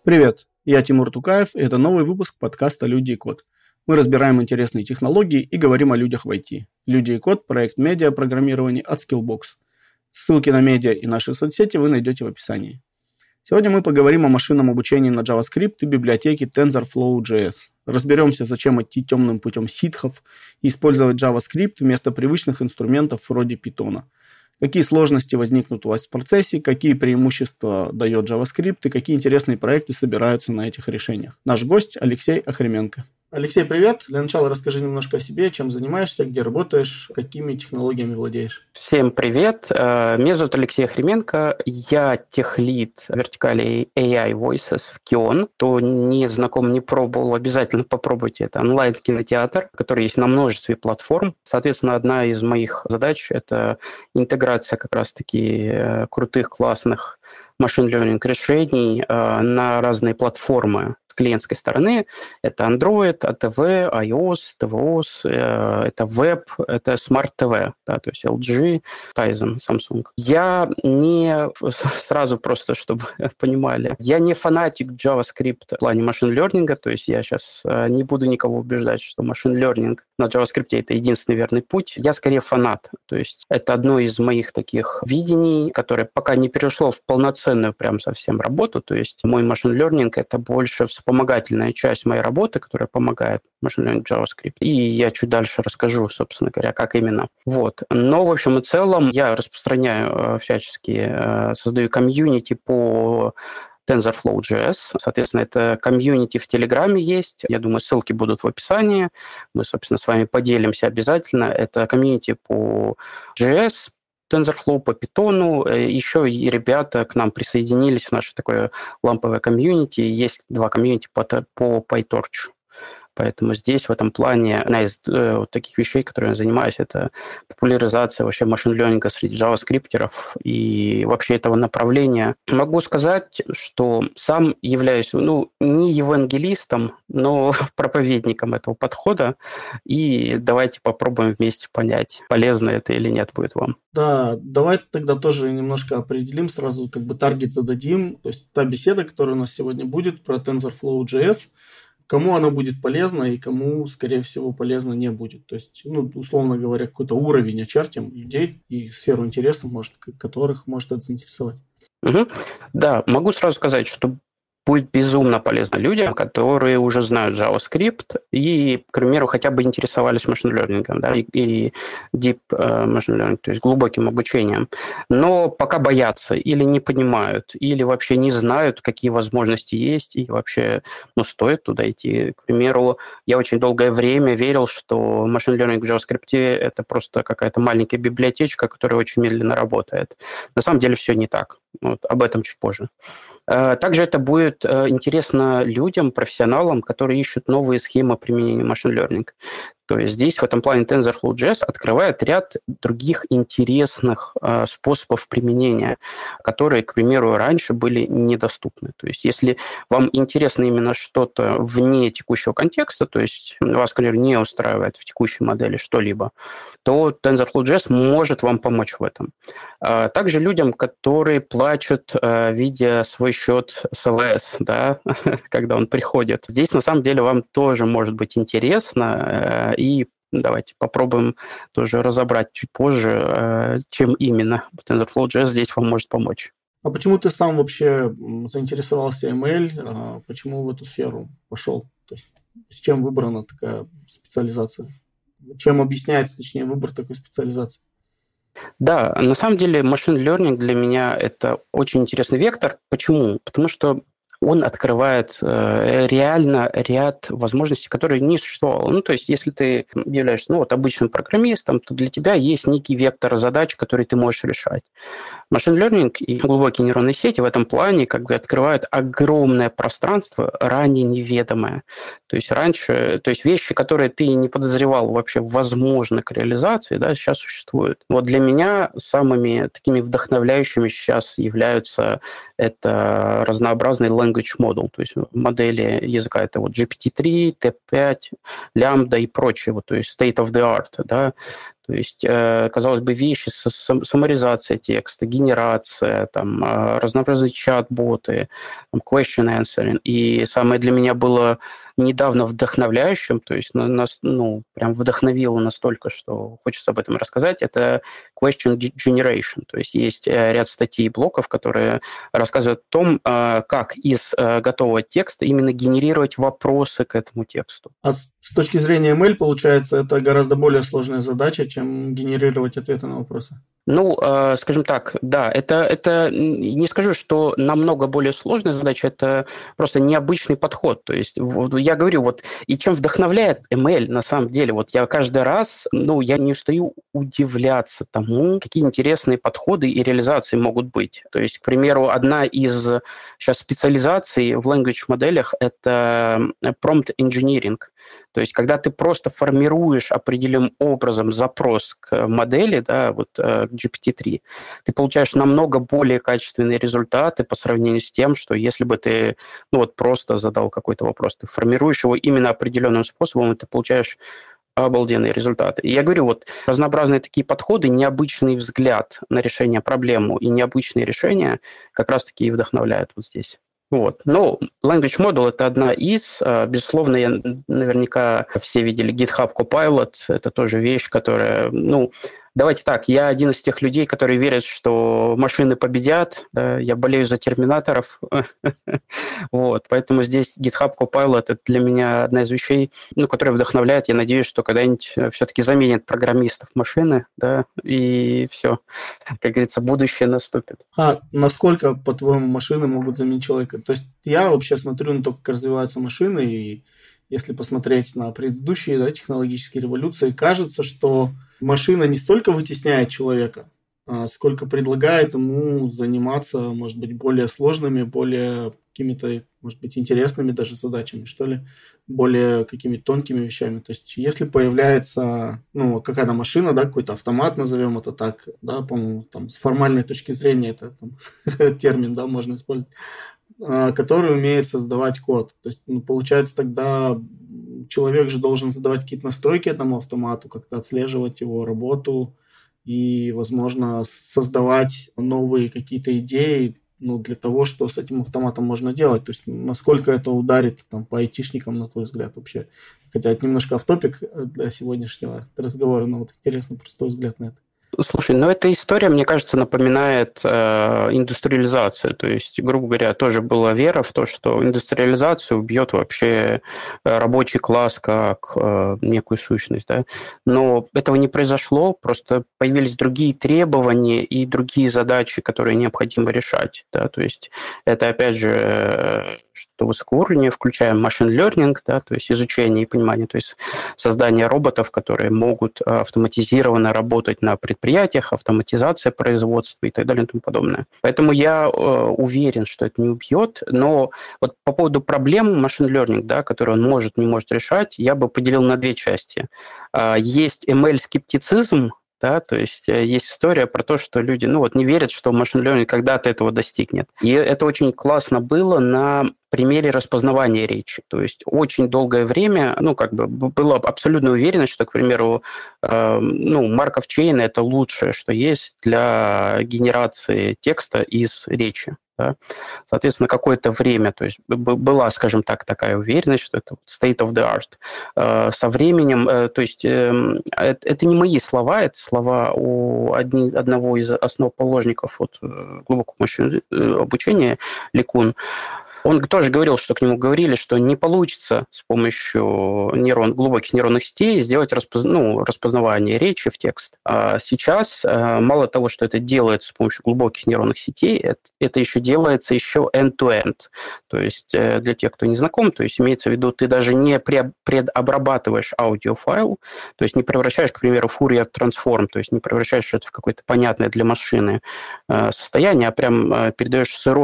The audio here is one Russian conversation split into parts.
Привет, я Тимур Тукаев, и это новый выпуск подкаста «Люди и код». Мы разбираем интересные технологии и говорим о людях в IT. «Люди и код» – проект медиа-программирования от Skillbox. Ссылки на медиа и наши соцсети вы найдете в описании. Сегодня мы поговорим о машинном обучении на JavaScript и библиотеке TensorFlow.js. Разберемся, зачем идти темным путем ситхов и использовать JavaScript вместо привычных инструментов вроде Python. Какие сложности возникнут у вас в процессе, какие преимущества дает JavaScript и какие интересные проекты собираются на этих решениях. Наш гость Алексей Охрименко. Алексей, привет. Для начала расскажи немножко о себе, чем занимаешься, где работаешь, какими технологиями владеешь. Всем привет. Меня зовут Алексей Охрименко. Я техлид вертикали AI Voices в Kion. Кто не знаком, не пробовал, обязательно попробуйте. Это онлайн-кинотеатр, который есть на множестве платформ. Соответственно, одна из моих задач – это интеграция как раз-таки крутых, классных машин learning решений на разные платформы клиентской стороны. Это Android, ATV, iOS, tvOS, это Web, это Smart TV, да, то есть LG, Tizen, Samsung. Я не, сразу просто, чтобы понимали, я не фанатик JavaScript в плане машин learning, то есть я сейчас не буду никого убеждать, что машин learning на JavaScript это единственный верный путь. Я скорее фанат, то есть это одно из моих таких видений, которое пока не перешло в полноценную прям совсем работу, то есть мой машин learning это больше вспомогательная часть моей работы, которая помогает машин learning JavaScript. И я чуть дальше расскажу, собственно говоря, как именно. Вот. Но, в общем и целом, я распространяю всячески, создаю комьюнити по TensorFlow.js. Соответственно, это комьюнити в Телеграме есть. Я думаю, ссылки будут в описании. Мы, собственно, с вами поделимся обязательно. Это комьюнити по JS, TensorFlow, по Python. Еще и ребята к нам присоединились в наше такое ламповое комьюнити. Есть два комьюнити по PyTorch. Поэтому здесь в этом плане одна из таких вещей, которыми я занимаюсь, это популяризация вообще машин-лернинга среди джаваскриптеров и вообще этого направления. Могу сказать, что сам являюсь, не евангелистом, но проповедником этого подхода. И давайте попробуем вместе понять, полезно это или нет будет вам. Да, давай тогда тоже немножко определим, сразу таргет зададим. То есть та беседа, которая у нас сегодня будет про TensorFlow.js, кому она будет полезна и кому, скорее всего, полезна не будет. То есть, условно говоря, какой-то уровень очертим людей и сферу интересов, которых может это заинтересовать. Угу. Да, могу сразу сказать, что будет безумно полезно людям, которые уже знают JavaScript и, к примеру, хотя бы интересовались машин-лернингом, да, и deep machine learning, то есть глубоким обучением, но пока боятся или не понимают, или вообще не знают, какие возможности есть, и вообще, стоит туда идти. К примеру, я очень долгое время верил, что машин-лернинг в JavaScript – это просто какая-то маленькая библиотечка, которая очень медленно работает. На самом деле все не так. Об этом чуть позже. Также это будет интересно людям, профессионалам, которые ищут новые схемы применения машин learning. То есть здесь в этом плане TensorFlow.js открывает ряд других интересных способов применения, которые, к примеру, раньше были недоступны. То есть если вам интересно именно что-то вне текущего контекста, то есть вас, к примеру, не устраивает в текущей модели что-либо, то TensorFlow.js может вам помочь в этом. Также людям, которые плачут, видя свой счет с ЛС, да, когда он приходит. Здесь, на самом деле, вам тоже может быть интересно, и давайте попробуем тоже разобрать чуть позже, чем именно TensorFlow.js здесь вам может помочь. А почему ты сам вообще заинтересовался ML? Почему в эту сферу пошел? То есть с чем выбрана такая специализация? Чем объясняется, точнее, выбор такой специализации? Да, на самом деле машин learning для меня это очень интересный вектор. Почему? Потому что он открывает реально ряд возможностей, которые не существовало. То есть, если ты являешься обычным программистом, то для тебя есть некий вектор задач, которые ты можешь решать. Машин learning и глубокие нейронные сети в этом плане открывают огромное пространство, ранее неведомое. То есть вещи, которые ты не подозревал вообще возможны к реализации, да, сейчас существуют. Вот для меня самыми такими вдохновляющими сейчас являются это разнообразные language model, то есть модели языка, это GPT-3, T5, Lambda и прочее, то есть state of the art, да. То есть, казалось бы, вещи, саммаризация текста, генерация, там, разнообразные чат-боты, там, question answering. И самое для меня было недавно вдохновляющим, то есть нас, прям вдохновило настолько, что хочется об этом рассказать, это question generation. То есть ряд статей и блоков, которые рассказывают о том, как из готового текста именно генерировать вопросы к этому тексту. А с точки зрения ML, получается, это гораздо более сложная задача, чем генерировать ответы на вопросы? Скажем так, да, это не скажу, что намного более сложная задача, это просто необычный подход. То есть я говорю, и чем вдохновляет ML на самом деле, я каждый раз, я не устаю удивляться тому, какие интересные подходы и реализации могут быть. То есть, к примеру, одна из сейчас специализаций в language моделях – это prompt engineering. То есть, когда ты просто формируешь определенным образом запрос к модели, да, к GPT-3, ты получаешь намного более качественные результаты по сравнению с тем, что если бы ты просто задал какой-то вопрос, ты формируешь его именно определенным способом, и ты получаешь обалденные результаты. И я говорю, разнообразные такие подходы, необычный взгляд на решение проблемы и необычные решения как раз-таки и вдохновляют здесь. Но Language Model – это одна из. Безусловно, наверняка все видели GitHub Copilot. Это тоже вещь, которая, давайте так, я один из тех людей, которые верят, что машины победят. Я болею за терминаторов. Поэтому здесь GitHub Copilot – это для меня одна из вещей, которая вдохновляет. Я надеюсь, что когда-нибудь все-таки заменит программистов машины, и все, как говорится, будущее наступит. А насколько, по-твоему, машины могут заменить человека? То есть я вообще смотрю на то, как развиваются машины, и если посмотреть на предыдущие технологические революции, кажется, что машина не столько вытесняет человека, сколько предлагает ему заниматься, может быть, более сложными, более какими-то, может быть, интересными даже задачами, что ли, более какими-то тонкими вещами. То есть если появляется, какая-то машина, какой-то автомат, назовем это так, по-моему, там, с формальной точки зрения это термин, можно использовать, который умеет создавать код. То есть, получается, тогда человек же должен задавать какие-то настройки этому автомату, как-то отслеживать его работу и, возможно, создавать новые какие-то идеи, для того, что с этим автоматом можно делать. То есть, насколько это ударит по айтишникам, на твой взгляд, вообще. Хотя это немножко офф-топик для сегодняшнего разговора, но интересно просто твой взгляд на это. Слушай, эта история, мне кажется, напоминает индустриализацию. То есть, грубо говоря, тоже была вера в то, что индустриализация убьет вообще рабочий класс как некую сущность. Да? Но этого не произошло, просто появились другие требования и другие задачи, которые необходимо решать. Да? То есть это, опять же, что высокоуровневое, включая machine learning, да, то есть изучение и понимание, то есть создание роботов, которые могут автоматизированно работать на предприятиях, автоматизация производства и так далее и тому подобное. Поэтому я уверен, что это не убьет, но по поводу проблем machine learning, да, которые он может, не может решать, я бы поделил на две части. Есть ML-скептицизм, да, то есть есть история про то, что люди не верят, что машин learning когда-то этого достигнет. И это очень классно было на примере распознавания речи. То есть очень долгое время, была абсолютно уверенность, что, к примеру, Markov chain – это лучшее, что есть для генерации текста из речи. Да? Соответственно, какое-то время, то есть была, скажем так, такая уверенность, что это state of the art. Со временем, то есть это не мои слова, это слова одного из основоположников глубокого машинного обучения, Ли Кун. Он тоже говорил, что к нему говорили, что не получится с помощью глубоких нейронных сетей сделать распознавание речи в текст. А сейчас мало того, что это делается с помощью глубоких нейронных сетей, это еще делается еще end-to-end. То есть для тех, кто не знаком, то есть имеется в виду, ты даже не предобрабатываешь аудиофайл, то есть не превращаешь, к примеру, Fourier transform, то есть не превращаешь это в какое-то понятное для машины состояние, а прям передаешь сырой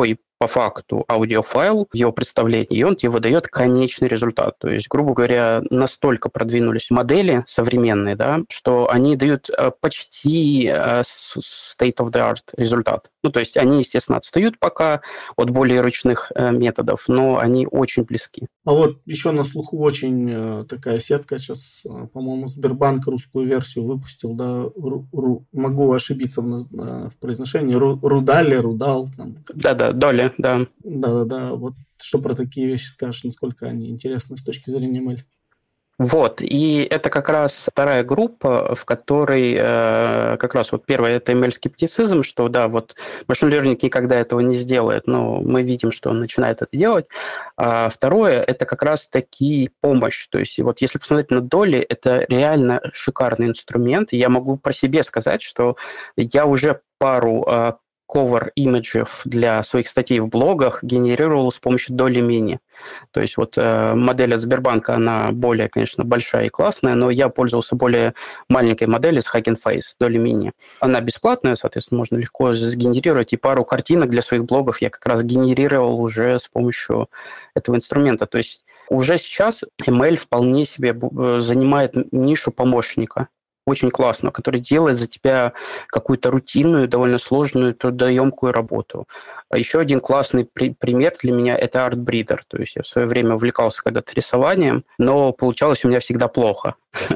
по факту аудиофайл в его представлении, и он тебе выдает конечный результат. То есть, грубо говоря, настолько продвинулись модели современные, да, что они дают почти state-of-the-art результат. Ну, то есть они, естественно, отстают пока от более ручных методов, но они очень близки. А вот еще на слуху очень такая сетка сейчас, по-моему, Сбербанк русскую версию выпустил, да, могу ошибиться в произношении, Рудал. Да-да, Доли, да. Да-да-да, вот что про такие вещи скажешь, насколько они интересны с точки зрения ML? Вот, и это как раз вторая группа, в которой как раз вот первое – это ML-скептицизм, что да, вот Machine Learning никогда этого не сделает, но мы видим, что он начинает это делать. А второе – это как раз-таки помощь. То есть вот если посмотреть на доли, это реально шикарный инструмент. Я могу про себя сказать, что я уже пару cover-имиджев для своих статей в блогах генерировал с помощью Dolly Mini. То есть вот модель от Сбербанка, она более, конечно, большая и классная, но я пользовался более маленькой моделью с Hugging Face, Dolly Mini. Она бесплатная, соответственно, можно легко сгенерировать, и пару картинок для своих блогов я как раз генерировал уже с помощью этого инструмента. То есть уже сейчас ML вполне себе занимает нишу помощника. Очень классно, который делает за тебя какую-то рутинную, довольно сложную, трудоемкую работу. Еще один классный пример для меня – это ArtBreeder. То есть я в свое время увлекался когда-то рисованием, но получалось у меня всегда плохо.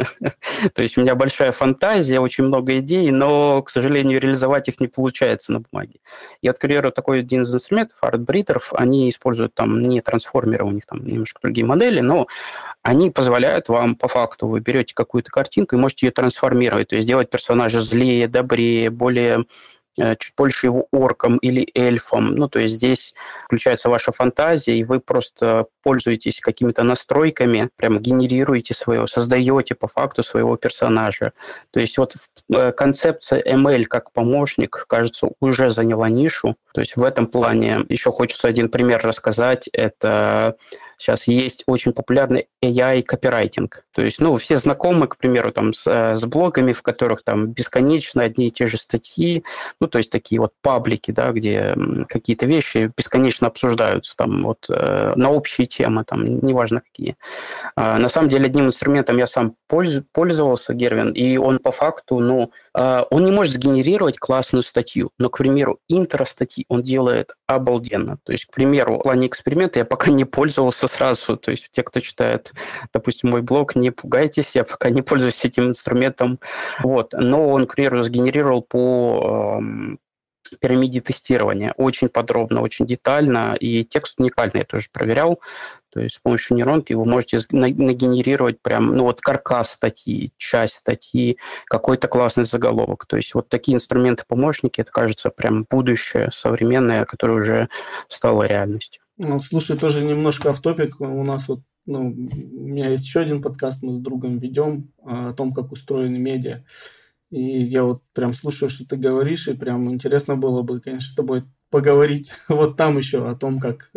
То есть у меня большая фантазия, очень много идей, но, к сожалению, реализовать их не получается на бумаге. И вот, к примеру, такой один из инструментов, ArtBreeder, они используют там не трансформеры, у них там немножко другие модели, но они позволяют вам, по факту, вы берете какую-то картинку и можете ее трансформировать, то есть сделать персонажа злее, добрее, более чуть больше его орком или эльфом. Ну, то есть здесь включается ваша фантазия, и вы просто пользуетесь какими-то настройками, прям генерируете своего, создаете по факту своего персонажа. То есть вот концепция ML как помощник, кажется, уже заняла нишу. То есть в этом плане еще хочется один пример рассказать. Это сейчас есть очень популярный AI-копирайтинг. То есть, ну, все знакомы, к примеру, там, с блогами, в которых там бесконечно одни и те же статьи, ну, то есть такие вот паблики, да, где какие-то вещи бесконечно обсуждаются там вот на общие темы, там, неважно какие. На самом деле, одним инструментом я сам пользовался, Гервин, и он по факту, ну, он не может сгенерировать классную статью, но, к примеру, интро статьи он делает обалденно. То есть, к примеру, в плане эксперимента я пока не пользовался сразу. То есть те, кто читает, допустим, мой блог, не пугайтесь, я пока не пользуюсь этим инструментом. Вот. Но он, к примеру, сгенерировал по пирамиде тестирования очень подробно, очень детально, и текст уникальный, я тоже проверял. То есть с помощью нейронки вы можете нагенерировать прям, ну вот каркас статьи, часть статьи, какой-то классный заголовок. То есть вот такие инструменты-помощники, это, кажется, прям будущее современное, которое уже стало реальностью. Ну, слушай, тоже немножко офф-топик. У нас вот, ну, у меня есть еще один подкаст, мы с другом ведем о том, как устроены медиа. И я вот прям слушаю, что ты говоришь, и прям интересно было бы, конечно, с тобой поговорить вот там еще о том, как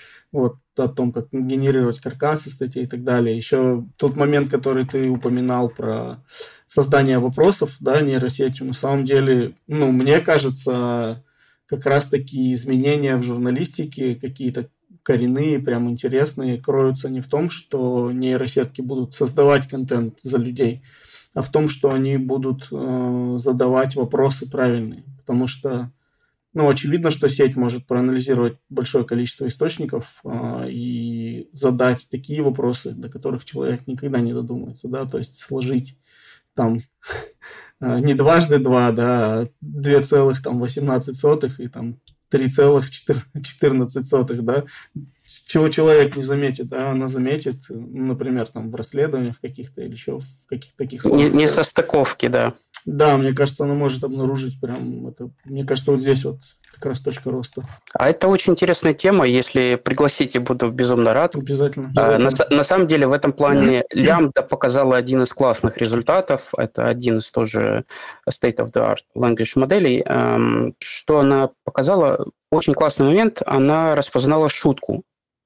генерировать каркасы статей и так далее. Еще тот момент, который ты упоминал про создание вопросов, да, нейросетью, на самом деле, ну, мне кажется, как раз-таки изменения в журналистике какие-то коренные, прям интересные, кроются не в том, что нейросетки будут создавать контент за людей, а в том, что они будут задавать вопросы правильные. Потому что, ну, очевидно, что сеть может проанализировать большое количество источников и задать такие вопросы, до которых человек никогда не додумается, да, то есть сложить там не дважды два, да, а 2,18 и там 3,14, да, чего человек не заметит, да, она заметит, например, там в расследованиях каких-то или еще в каких-то таких случаях. Не состыковки, да. Да, мне кажется, она может обнаружить прям это. Мне кажется, вот здесь вот как раз точка роста. А это очень интересная тема. Если пригласите, буду безумно рад. Обязательно. На самом деле в этом плане Лямбда показала один из классных результатов. Это один из тоже state-of-the-art language моделей. Что она показала? Очень классный момент. Она распознала шутку.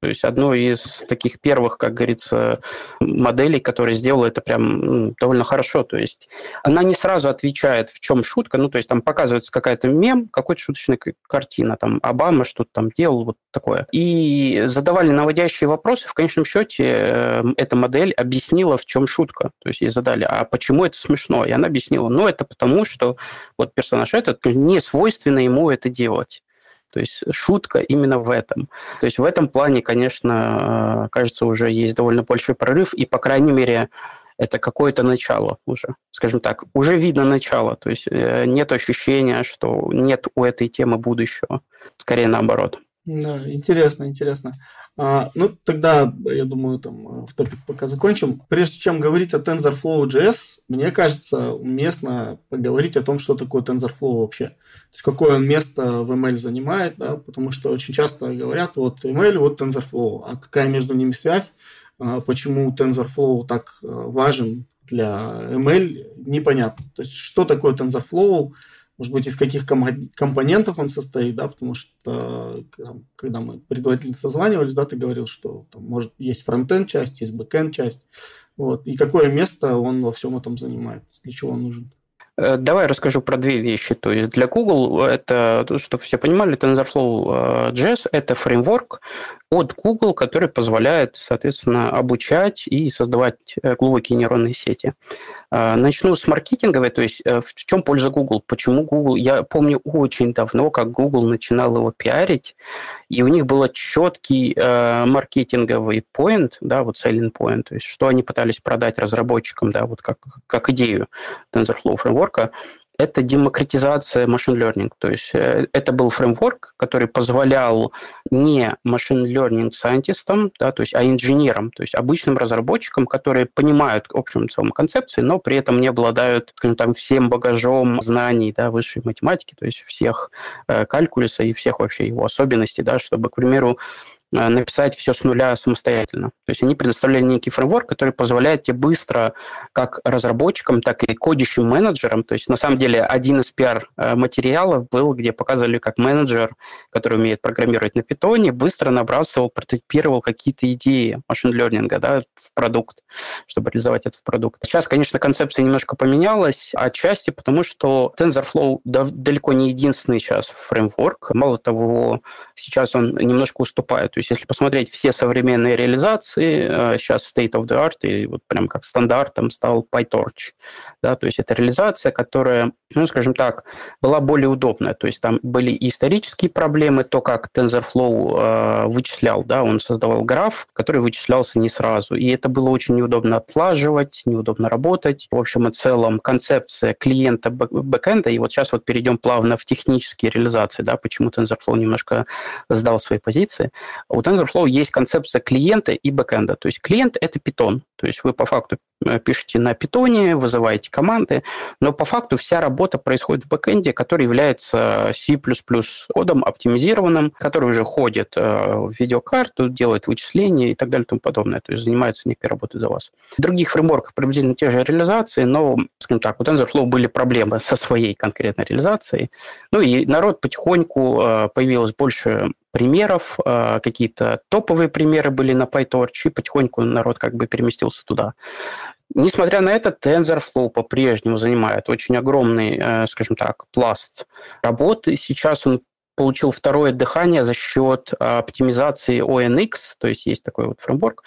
То есть одной из таких первых, как говорится, моделей, которая сделала это прям довольно хорошо. То есть она не сразу отвечает, в чем шутка. Ну, то есть там показывается какая-то мем, какая-то шуточная картина. Там Обама что-то там делал, вот такое. И задавали наводящие вопросы. В конечном счете эта модель объяснила, в чем шутка. То есть ей задали, а почему это смешно? И она объяснила, ну, это потому, что вот персонаж этот, не свойственно ему это делать. То есть шутка именно в этом. То есть в этом плане, конечно, кажется, уже есть довольно большой прорыв, и, по крайней мере, это какое-то начало уже, скажем так. Уже видно начало, то есть нет ощущения, что нет у этой темы будущего. Скорее наоборот. Да, интересно, интересно. Ну, тогда, я думаю, там в топик пока закончим. Прежде чем говорить о TensorFlow.js, мне кажется, уместно поговорить о том, что такое TensorFlow вообще. То есть, какое он место в ML занимает, да, потому что очень часто говорят, вот ML, вот TensorFlow, а какая между ними связь, почему TensorFlow так важен для ML, непонятно. То есть, что такое TensorFlow, может быть, из каких компонентов он состоит, да, потому что когда мы предварительно созванивались, да, ты говорил, что там, может, есть фронтенд часть, есть бэкенд часть, вот, и какое место он во всем этом занимает, для чего он нужен. Давай расскажу про две вещи. То есть для Google это, чтобы все понимали, TensorFlow.js – это фреймворк от Google, который позволяет, соответственно, обучать и создавать глубокие нейронные сети. Начну с маркетинговой, то есть в чем польза Google? Почему Google? Я помню очень давно, как Google начинал его пиарить, и у них был четкий маркетинговый point, да, вот selling point, то есть что они пытались продать разработчикам, да, вот как идею TensorFlow фреймворка. Это демократизация машин learning. То есть это был фреймворк, который позволял не машин learning сайентистам, да, то есть, а инженерам, то есть обычным разработчикам, которые понимают общую целом концепции, но при этом не обладают, скажем, там, всем багажом знаний, да, высшей математики, то есть всех калькулюса и всех вообще его особенностей, да, чтобы, к примеру, написать все с нуля самостоятельно. То есть они предоставляли некий фреймворк, который позволяет тебе быстро, как разработчикам, так и кодящим менеджерам, то есть на самом деле один из пиар-материалов был, где показывали, как менеджер, который умеет программировать на питоне, быстро набрасывал, прототипировал какие-то идеи машин-лернинга, да, в продукт, чтобы реализовать это в продукт. Сейчас, конечно, концепция немножко поменялась, отчасти потому, что TensorFlow далеко не единственный сейчас фреймворк. Мало того, сейчас он немножко уступает. То есть если посмотреть все современные реализации, сейчас state of the art, и вот прям как стандартом стал PyTorch. Да, то есть это реализация, которая, ну, скажем так, была более удобная. То есть там были и исторические проблемы, то, как TensorFlow вычислял, да, он создавал граф, который вычислялся не сразу. И это было очень неудобно отлаживать, неудобно работать. В общем и целом концепция клиента бэкэнда, и вот сейчас вот перейдем плавно в технические реализации, да, почему TensorFlow немножко сдал свои позиции. У TensorFlow есть концепция клиента и бэкэнда. То есть клиент – это Python. То есть вы по факту пишете на питоне, вызываете команды, но по факту вся работа происходит в бэкэнде, который является C++ кодом оптимизированным, который уже ходит в видеокарту, делает вычисления и так далее и тому подобное. То есть занимается некой работой за вас. В других фреймворках приблизительно те же реализации, но, скажем так, у TensorFlow были проблемы со своей конкретной реализацией. Ну и народ потихоньку появилось больше примеров, какие-то топовые примеры были на PyTorch, и потихоньку народ как бы переместился туда. Несмотря на это, TensorFlow по-прежнему занимает очень огромный, скажем так, пласт работы. Сейчас он получил второе дыхание за счет оптимизации ONX, то есть такой вот фреймворк,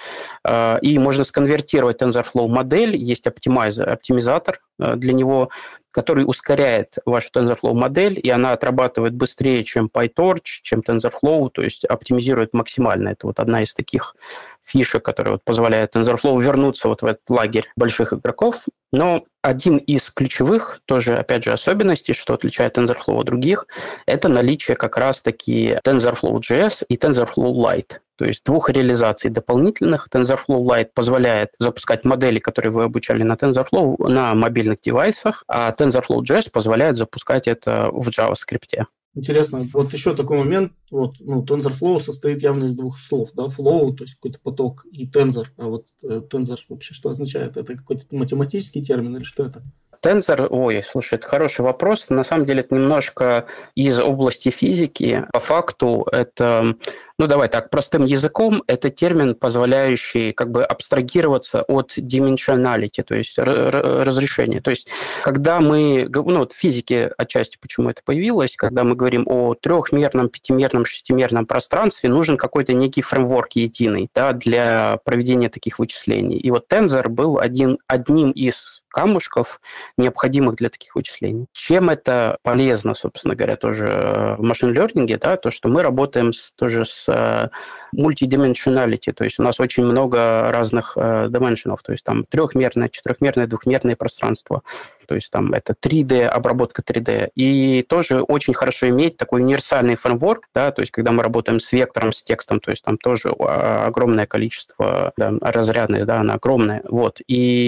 и можно сконвертировать TensorFlow модель, есть оптимизатор для него, который ускоряет вашу TensorFlow модель, и она отрабатывает быстрее, чем PyTorch, чем TensorFlow, то есть оптимизирует максимально. Это вот одна из таких фишек, которая вот позволяет TensorFlow вернуться вот в этот лагерь больших игроков. Но один из ключевых, тоже, опять же, особенностей, что отличает TensorFlow от других, это наличие как раз-таки TensorFlow.js и TensorFlow Lite. То есть двух реализаций дополнительных. TensorFlow Lite позволяет запускать модели, которые вы обучали на TensorFlow, на мобильных девайсах, а TensorFlow.js позволяет запускать это в JavaScript. Интересно, вот еще такой момент, вот, ну, TensorFlow состоит явно из двух слов, да, flow, то есть какой-то поток, и tensor, а вот tensor вообще что означает? Это какой-то математический термин или что это? Tensor, слушай, это хороший вопрос. На самом деле это немножко из области физики. По факту это, давай так, простым языком, это термин, позволяющий как бы абстрагироваться от dimensionality, то есть разрешения. То есть когда мы, в физике отчасти почему это появилось, когда мы говорим о трехмерном, пятимерном, шестимерном пространстве, нужен какой-то некий фреймворк единый, да, для проведения таких вычислений. И вот Tensor был одним из камушков, необходимых для таких вычислений. Чем это полезно, собственно говоря, тоже в машин-лернинге, да, то, что мы работаем тоже с multidimensionality, то есть у нас очень много разных дименшенов, то есть там трехмерное, четырехмерное, двухмерное пространство, то есть там это 3D, обработка 3D. И тоже очень хорошо иметь такой универсальный фреймворк, да, то есть когда мы работаем с вектором, с текстом, то есть там тоже огромное количество разрядных, да, она огромная. Вот.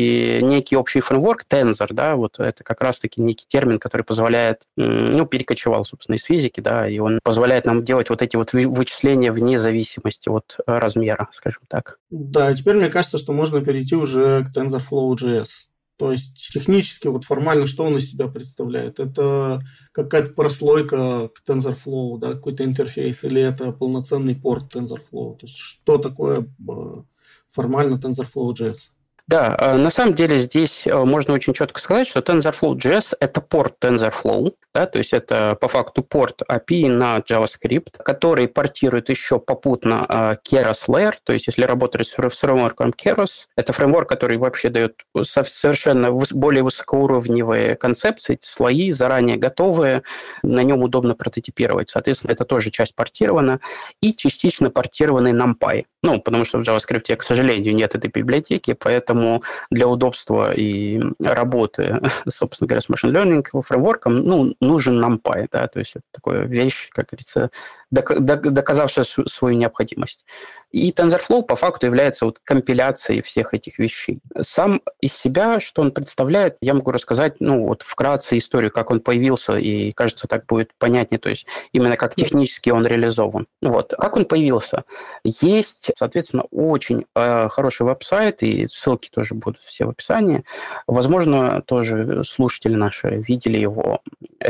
И некий общий фреймворк, Tensor, да, вот это как раз-таки некий термин, который позволяет, перекочевал, собственно, из физики, да, и он позволяет нам делать вот эти вот вычисления вне зависимости от размера, скажем так. Да, теперь мне кажется, что можно перейти уже к TensorFlow.js. То есть технически, вот формально, что он из себя представляет? Это какая-то прослойка к TensorFlow, да, какой-то интерфейс, или это полноценный порт TensorFlow? То есть что такое формально TensorFlow.js? Да, на самом деле здесь можно очень четко сказать, что TensorFlow.js – это порт TensorFlow, да, то есть это по факту порт API на JavaScript, который портирует еще попутно Keras Layer, то есть если работать с фреймворком Keras, это фреймворк, который вообще дает совершенно более высокоуровневые концепции, слои заранее готовые, на нем удобно прототипировать. Соответственно, это тоже часть портирована, и частично портированный NumPy. Потому что в JavaScript, к сожалению, нет этой библиотеки, поэтому для удобства и работы, собственно говоря, с машин learning фреймворком, нужен NumPy, да, то есть это такая вещь, как говорится, доказавшая свою необходимость. И TensorFlow по факту является вот компиляцией всех этих вещей. Сам из себя, что он представляет, я могу рассказать, вкратце историю, как он появился, и, кажется, так будет понятнее, то есть именно как технически он реализован. Как он появился? Есть, соответственно, очень хороший веб-сайт, и ссылки тоже будут все в описании. Возможно, тоже слушатели наши видели его.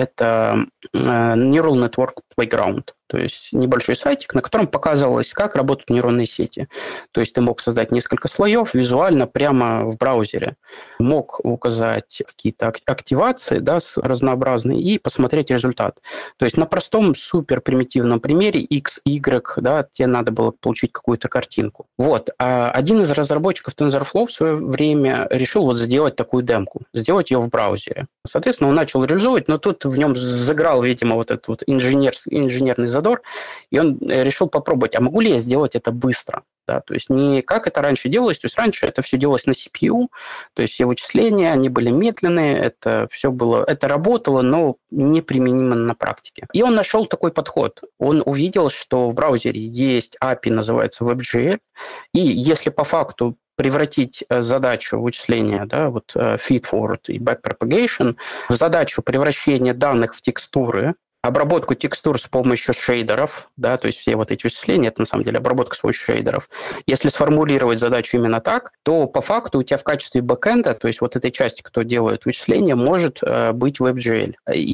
Это Neural Network Playground. То есть небольшой сайтик, на котором показывалось, как работают нейронные сети. То есть ты мог создать несколько слоев визуально прямо в браузере. Мог указать какие-то активации, да, разнообразные, и посмотреть результат. То есть на простом супер примитивном примере X, Y, да, тебе надо было получить какую-то картинку. А один из разработчиков TensorFlow в свое время решил сделать такую демку, сделать ее в браузере. Соответственно, он начал реализовывать, но тут в нем заграл, видимо, этот инженерный задор, и он решил попробовать, а могу ли я сделать это быстро? Да, то есть не как это раньше делалось, то есть раньше это все делалось на CPU, то есть все вычисления, они были медленные, это работало, но неприменимо на практике. И он нашел такой подход. Он увидел, что в браузере есть API, называется WebGL, и если по факту превратить задачу вычисления, да, feed-forward и backpropagation, в задачу превращения данных в текстуры, обработку текстур с помощью шейдеров, да, то есть все эти вычисления, это на самом деле обработка с помощью шейдеров. Если сформулировать задачу именно так, то по факту у тебя в качестве бэкэнда, то есть этой части, кто делает вычисления, может быть WebGL.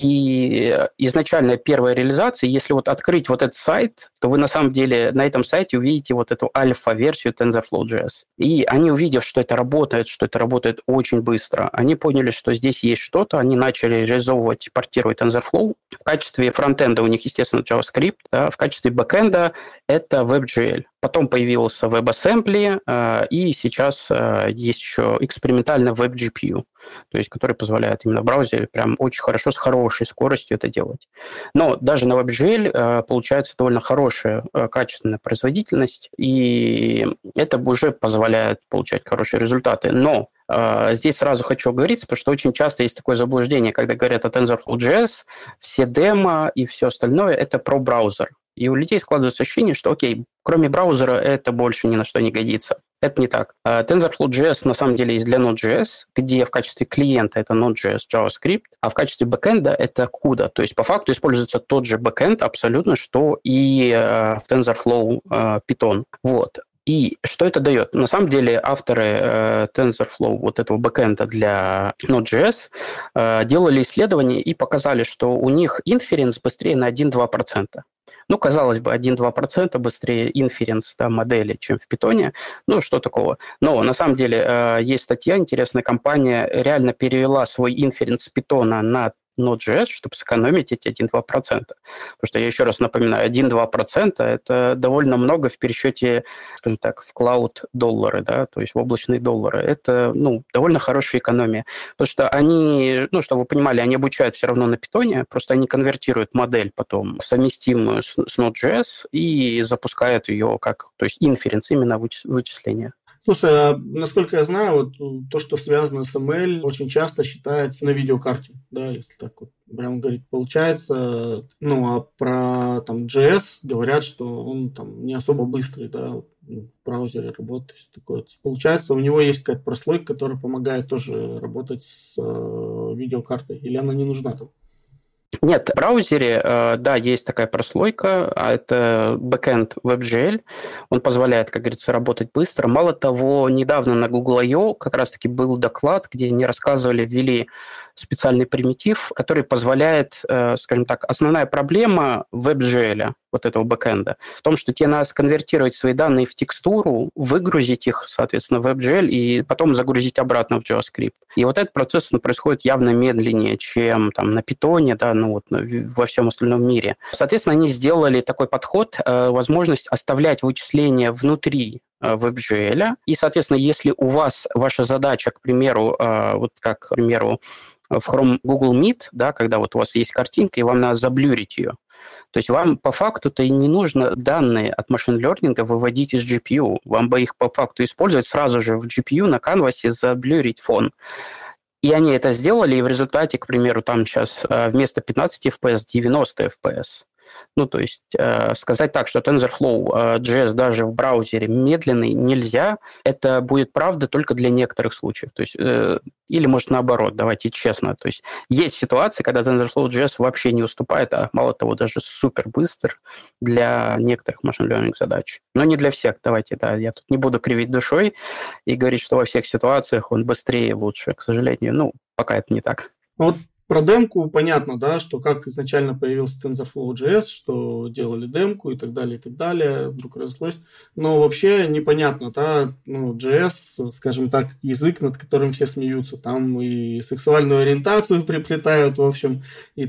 И изначально первая реализация, если открыть этот сайт, то вы на самом деле на этом сайте увидите эту альфа-версию TensorFlow.js. И они, увидев, что это работает очень быстро, они поняли, что здесь есть что-то, они начали реализовывать, портировать TensorFlow. В качестве фронтенда у них, естественно, JavaScript, да, в качестве бэкенда это WebGL. Потом появился WebAssembly, и сейчас есть еще экспериментальный WebGPU, то есть который позволяет именно в браузере прям очень хорошо, с хорошей скоростью это делать. Но даже на WebGL получается довольно хорошая, качественная производительность, и это уже позволяет получать хорошие результаты. Но здесь сразу хочу оговориться, потому что очень часто есть такое заблуждение, когда говорят о TensorFlow.js, все демо и все остальное – это про браузер. И у людей складывается ощущение, что, окей, кроме браузера это больше ни на что не годится. Это не так. TensorFlow.js на самом деле есть для Node.js, где в качестве клиента это Node.js, JavaScript, а в качестве бэкэнда это CUDA. То есть по факту используется тот же бэкэнд абсолютно, что и в TensorFlow Python. И что это дает? На самом деле авторы TensorFlow, вот этого бэкэнда для Node.js, делали исследования и показали, что у них инференс быстрее на 1-2%. Ну, казалось бы, 1-2% быстрее инференс модели, чем в Python. Ну, что такого? Но на самом деле есть статья, интересная компания реально перевела свой инференс с Python на Node.js, чтобы сэкономить эти 1-2%. Потому что, я еще раз напоминаю, 1-2% – это довольно много в пересчете, скажем так, в клауд-доллары, да, то есть в облачные доллары. Это, довольно хорошая экономия. Потому что они, чтобы вы понимали, они обучают все равно на Python, просто они конвертируют модель потом совместимую с Node.js и запускают ее то есть инференс, именно вычисления. Слушай, а насколько я знаю, вот то, что связано с ML, очень часто считается на видеокарте, да, если так вот прям говорить, получается. А про JS говорят, что он там не особо быстрый, да, в браузере работает, все такое. Получается, у него есть какая-то прослойка, которая помогает тоже работать с видеокартой, или она не нужна там? Нет, в браузере, да, есть такая прослойка, это backend WebGL. Он позволяет, как говорится, работать быстро. Мало того, недавно на Google I.O. как раз-таки был доклад, где они рассказывали, ввели специальный примитив, который позволяет, скажем так, основная проблема WebGL, вот этого бэкэнда, в том, что тебе надо сконвертировать свои данные в текстуру, выгрузить их, соответственно, в WebGL и потом загрузить обратно в JavaScript. И вот этот процесс происходит явно медленнее, чем на Python, да, во всем остальном мире. Соответственно, они сделали такой подход, возможность оставлять вычисления внутри WebGL. И, соответственно, если у вас ваша задача, к примеру, в Chrome Google Meet, да, когда вот у вас есть картинка, и вам надо заблюрить ее. То есть вам по факту-то и не нужно данные от машин-лернинга выводить из GPU. Вам бы их по факту использовать сразу же в GPU на канвасе, заблюрить фон. И они это сделали, и в результате, к примеру, там сейчас вместо 15 FPS 90 FPS. То есть сказать так, что TensorFlow JS даже в браузере медленный нельзя, это будет правда только для некоторых случаев. То есть, или, может, наоборот, давайте честно. То есть ситуации, когда TensorFlow JS вообще не уступает, а мало того, даже супер быстр для некоторых машин learning задач. Но не для всех. Давайте, я тут не буду кривить душой и говорить, что во всех ситуациях он быстрее и лучше. К сожалению, пока это не так. Вот про демку понятно, да, что как изначально появился TensorFlow.js, что делали демку и так далее, вдруг разошлось. Но вообще непонятно, да, JS, скажем так, язык, над которым все смеются. Там и сексуальную ориентацию приплетают, в общем, и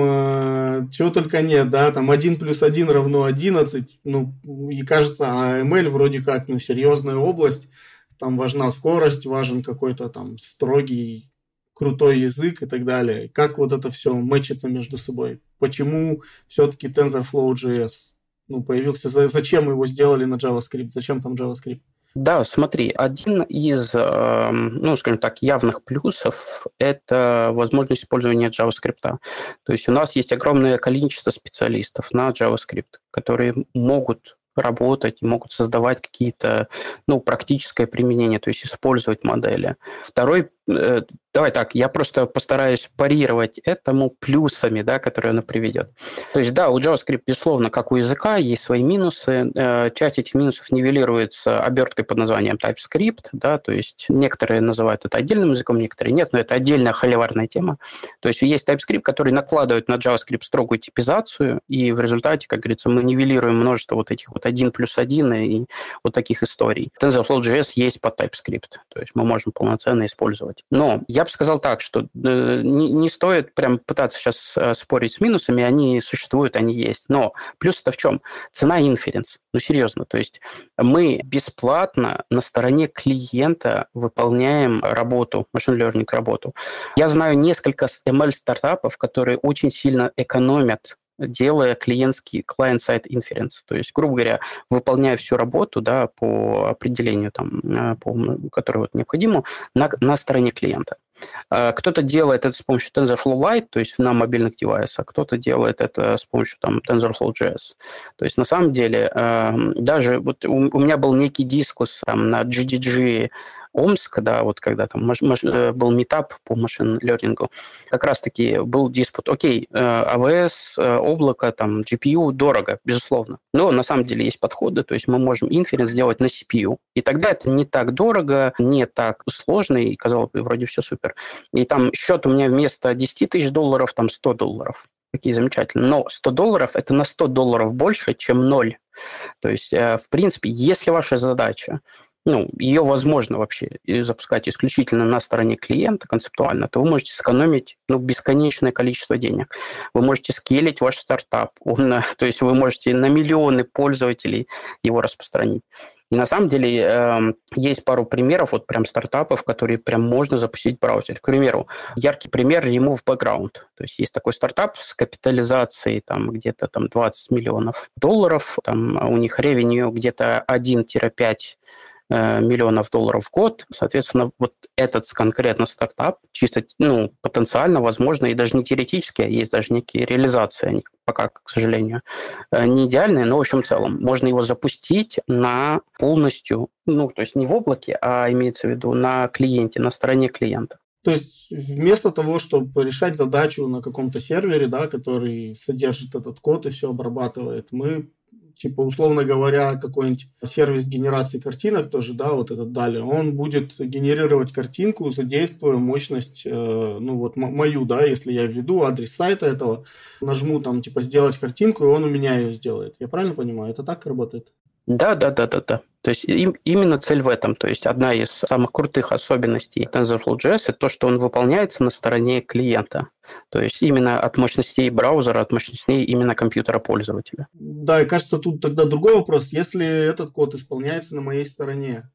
там чего только нет, да, там 1 + 1 = 11, и кажется, а ML вроде как, серьезная область, там важна скорость, важен какой-то там строгий крутой язык и так далее. Как вот это все мэчится между собой? Почему все-таки TensorFlow.js появился? Зачем его сделали на JavaScript? Зачем там JavaScript? Да, смотри, один из, скажем так, явных плюсов – это возможность использования JavaScript. То есть у нас есть огромное количество специалистов на JavaScript, которые могут работать, могут создавать какие-то, практическое применение, то есть использовать модели. Второй, давай так, я просто постараюсь парировать этому плюсами, да, которые она приведет. То есть, да, у JavaScript, безусловно, как у языка, есть свои минусы. Часть этих минусов нивелируется оберткой под названием TypeScript, да, то есть некоторые называют это отдельным языком, некоторые нет, но это отдельная холиварная тема. То есть есть TypeScript, который накладывает на JavaScript строгую типизацию, и в результате, как говорится, мы нивелируем множество вот этих вот 1 + 1 и вот таких историй. TensorFlow.js есть под TypeScript, то есть мы можем полноценно использовать. Но я бы сказал так, что не стоит прям пытаться сейчас спорить с минусами, они существуют, они есть. Но плюс-то в чем? Цена инференс. Серьезно, то есть мы бесплатно на стороне клиента выполняем работу, машин learning работу. Я знаю несколько ML-стартапов, которые очень сильно экономят, делая клиентский client-side inference. То есть, грубо говоря, выполняя всю работу, да, по определению, которое необходимо, на стороне клиента. Кто-то делает это с помощью TensorFlow Lite, то есть на мобильных девайсах, кто-то делает это с помощью TensorFlow.js. То есть на самом деле даже вот у меня был некий дискус на GDG Омск, да, вот когда там был митап по машин-лернингу, как раз-таки был диспут. Окей, AWS, облако, там, GPU дорого, безусловно. Но на самом деле есть подходы, то есть мы можем инференс сделать на CPU. И тогда это не так дорого, не так сложно, и, казалось бы, вроде все супер. И там счет у меня вместо $10 000, там $100. Такие замечательные. Но $100 – это на $100 больше, чем 0. То есть, в принципе, если ваша задача, ее возможно вообще запускать исключительно на стороне клиента концептуально, то вы можете сэкономить бесконечное количество денег. Вы можете скейлить ваш стартап, то есть вы можете на миллионы пользователей его распространить. И на самом деле есть пару примеров, вот прям стартапов, которые прям можно запустить в браузере. К примеру, яркий пример Remove Background. То есть такой стартап с капитализацией там где-то там $20 миллионов. Там у них ревенью где-то 1-5 миллионов долларов в год. Соответственно, вот этот конкретно стартап чисто потенциально, возможно, и даже не теоретически, а есть даже некие реализации, они пока, к сожалению, не идеальные, но в общем целом можно его запустить на полностью, то есть не в облаке, а имеется в виду на клиенте, на стороне клиента. То есть вместо того, чтобы решать задачу на каком-то сервере, да, который содержит этот код и все обрабатывает, мы условно говоря, какой-нибудь сервис генерации картинок тоже, да, вот этот далее, он будет генерировать картинку, задействуя мощность, мою, да, если я введу адрес сайта этого, нажму там, сделать картинку, и он у меня ее сделает. Я правильно понимаю? Это так работает? Да. То есть именно цель в этом. То есть одна из самых крутых особенностей TensorFlow.js – это то, что он выполняется на стороне клиента. То есть именно от мощностей браузера, от мощностей именно компьютера пользователя. Да, и кажется, тут тогда другой вопрос. Если этот код исполняется на моей стороне,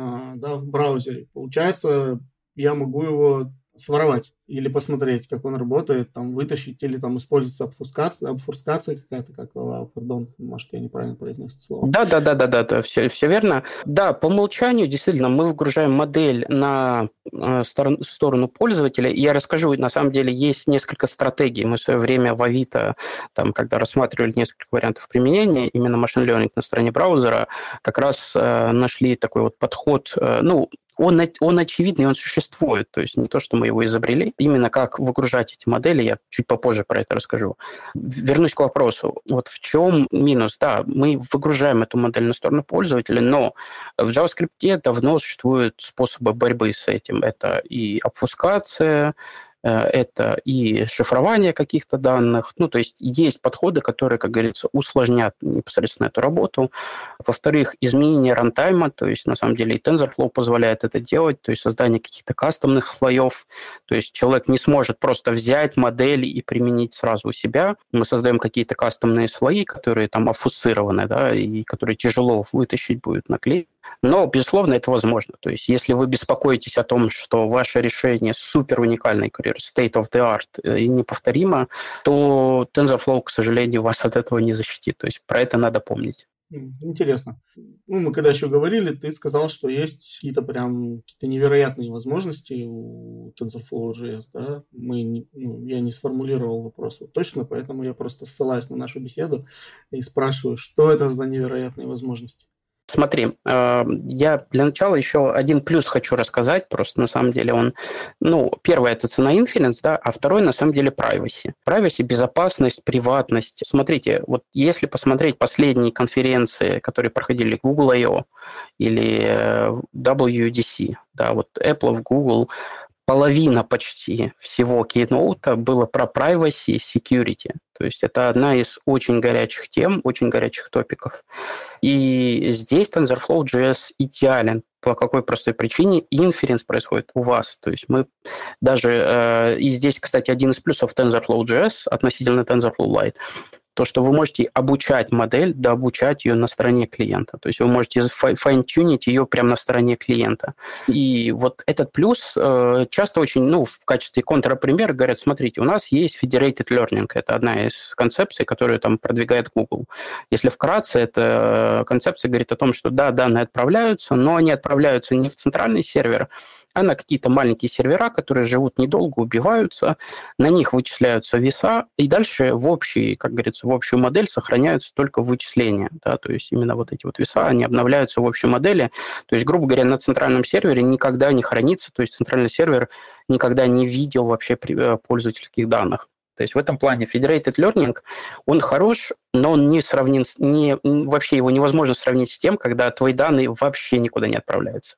в браузере, получается, я могу его своровать или посмотреть, как он работает, там, вытащить, или там используется обфускация какая-то, может, я неправильно произнес это слово. Да, все верно. Да, по умолчанию, действительно, мы выгружаем модель на сторону пользователя, и я расскажу, на самом деле, есть несколько стратегий. Мы в свое время в Авито, когда рассматривали несколько вариантов применения, именно машин learning на стороне браузера, как раз нашли такой вот подход, он очевидный, он существует, то есть не то, что мы его изобрели. Именно как выгружать эти модели, я чуть попозже про это расскажу. Вернусь к вопросу. Вот в чем минус? Да, мы выгружаем эту модель на сторону пользователя, но в JavaScript давно существуют способы борьбы с этим. Это и обфускация, это и шифрование каких-то данных. То есть есть подходы, которые, как говорится, усложнят непосредственно эту работу. Во-вторых, изменение рантайма, то есть на самом деле и TensorFlow позволяет это делать, то есть создание каких-то кастомных слоев. То есть человек не сможет просто взять модель и применить сразу у себя. Мы создаем какие-то кастомные слои, которые там обфусцированы, да, и которые тяжело вытащить будет на клей. Но, безусловно, это возможно. То есть если вы беспокоитесь о том, что ваше решение супер уникальное, state of the art и неповторимо, то TensorFlow, к сожалению, вас от этого не защитит. То есть про это надо помнить. Интересно. Мы когда еще говорили, ты сказал, что есть какие-то невероятные возможности у TensorFlow.js, да? Я не сформулировал вопрос точно, поэтому я просто ссылаюсь на нашу беседу и спрашиваю, что это за невероятные возможности. Смотри, я для начала еще один плюс хочу рассказать, просто на самом деле он, первое это цена inference, да, а второе на самом деле privacy. Privacy, безопасность, приватность. Смотрите, вот если посмотреть последние конференции, которые проходили Google I.O. или WDC, да, вот Apple, Google, половина почти всего кейноута было про privacy и security. То есть это одна из очень горячих тем, очень горячих топиков. И здесь TensorFlow.js идеален. По какой простой причине? Инференс происходит у вас. То есть мы даже... и здесь, кстати, один из плюсов TensorFlow.js относительно TensorFlow Lite. То, что вы можете обучать модель, дообучать ее на стороне клиента. То есть вы можете файн-тюнить ее прямо на стороне клиента. И вот этот плюс часто очень, в качестве контрпримера говорят, смотрите, у нас есть federated learning. Это одна из концепций, которую там продвигает Google. Если вкратце, эта концепция говорит о том, что да, данные отправляются, но они отправляются не в центральный сервер, а на какие-то маленькие сервера, которые живут недолго, убиваются, на них вычисляются веса, и дальше в общий, как говорится, обновляются в общую модель, сохраняются только вычисления. Да, то есть именно вот эти вот веса, они обновляются в общей модели. То есть, грубо говоря, на центральном сервере никогда не хранится, то есть центральный сервер никогда не видел вообще пользовательских данных. То есть в этом плане Federated Learning, он хорош, но он не сравнен, вообще его невозможно сравнить с тем, когда твои данные вообще никуда не отправляются.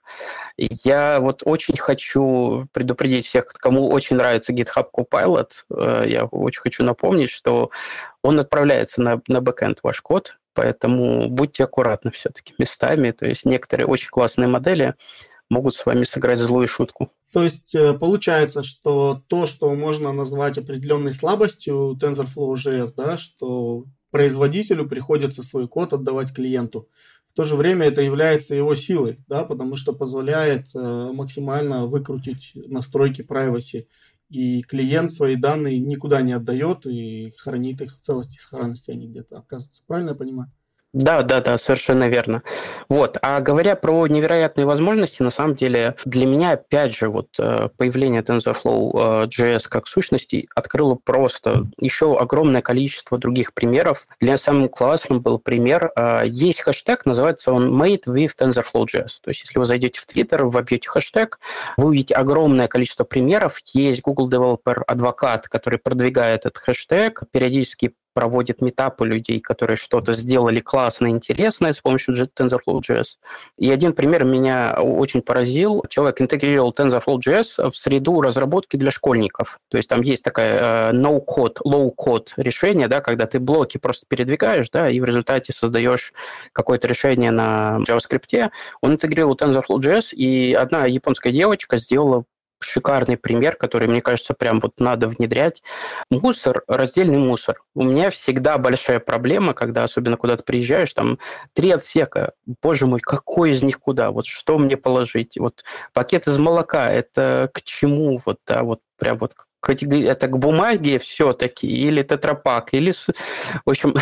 Я вот очень хочу предупредить всех, кому очень нравится GitHub Copilot, я очень хочу напомнить, что он отправляется на бэкэнд ваш код, поэтому будьте аккуратны все-таки местами. То есть некоторые очень классные модели могут с вами сыграть злую шутку. То есть получается, что то, что можно назвать определенной слабостью TensorFlow.js, да, что производителю приходится свой код отдавать клиенту. В то же время это является его силой, да, потому что позволяет максимально выкрутить настройки privacy. И клиент свои данные никуда не отдает и хранит их в целости и сохранности, они где-то оказываются. Правильно я понимаю? Да, совершенно верно. Вот. А говоря про невероятные возможности, на самом деле для меня, опять же, вот появление TensorFlow.js как сущности открыло просто еще огромное количество других примеров. Для меня самым классным был пример. Есть хэштег, называется он Made with TensorFlow.js. То есть если вы зайдете в Twitter, вобьете хэштег, вы увидите огромное количество примеров. Есть Google Developer Advocate, который продвигает этот хэштег, периодически проводит митапы людей, которые что-то сделали классное, интересное с помощью TensorFlow.js. И один пример меня очень поразил. Человек интегрировал TensorFlow.js в среду разработки для школьников. То есть там есть такая no-code, low-code решение, да, когда ты блоки просто передвигаешь, да, и в результате создаешь какое-то решение на JavaScript. Он интегрировал TensorFlow.js, и одна японская девочка сделала шикарный пример, который, мне кажется, прям вот надо внедрять. Мусор, раздельный мусор. У меня всегда большая проблема, когда особенно куда-то приезжаешь, там 3 отсека. Боже мой, какой из них куда? Вот что мне положить? Вот пакет из молока, это к чему? Вот, да, вот прям вот это к бумаге все-таки, или тетрапак, или... В общем,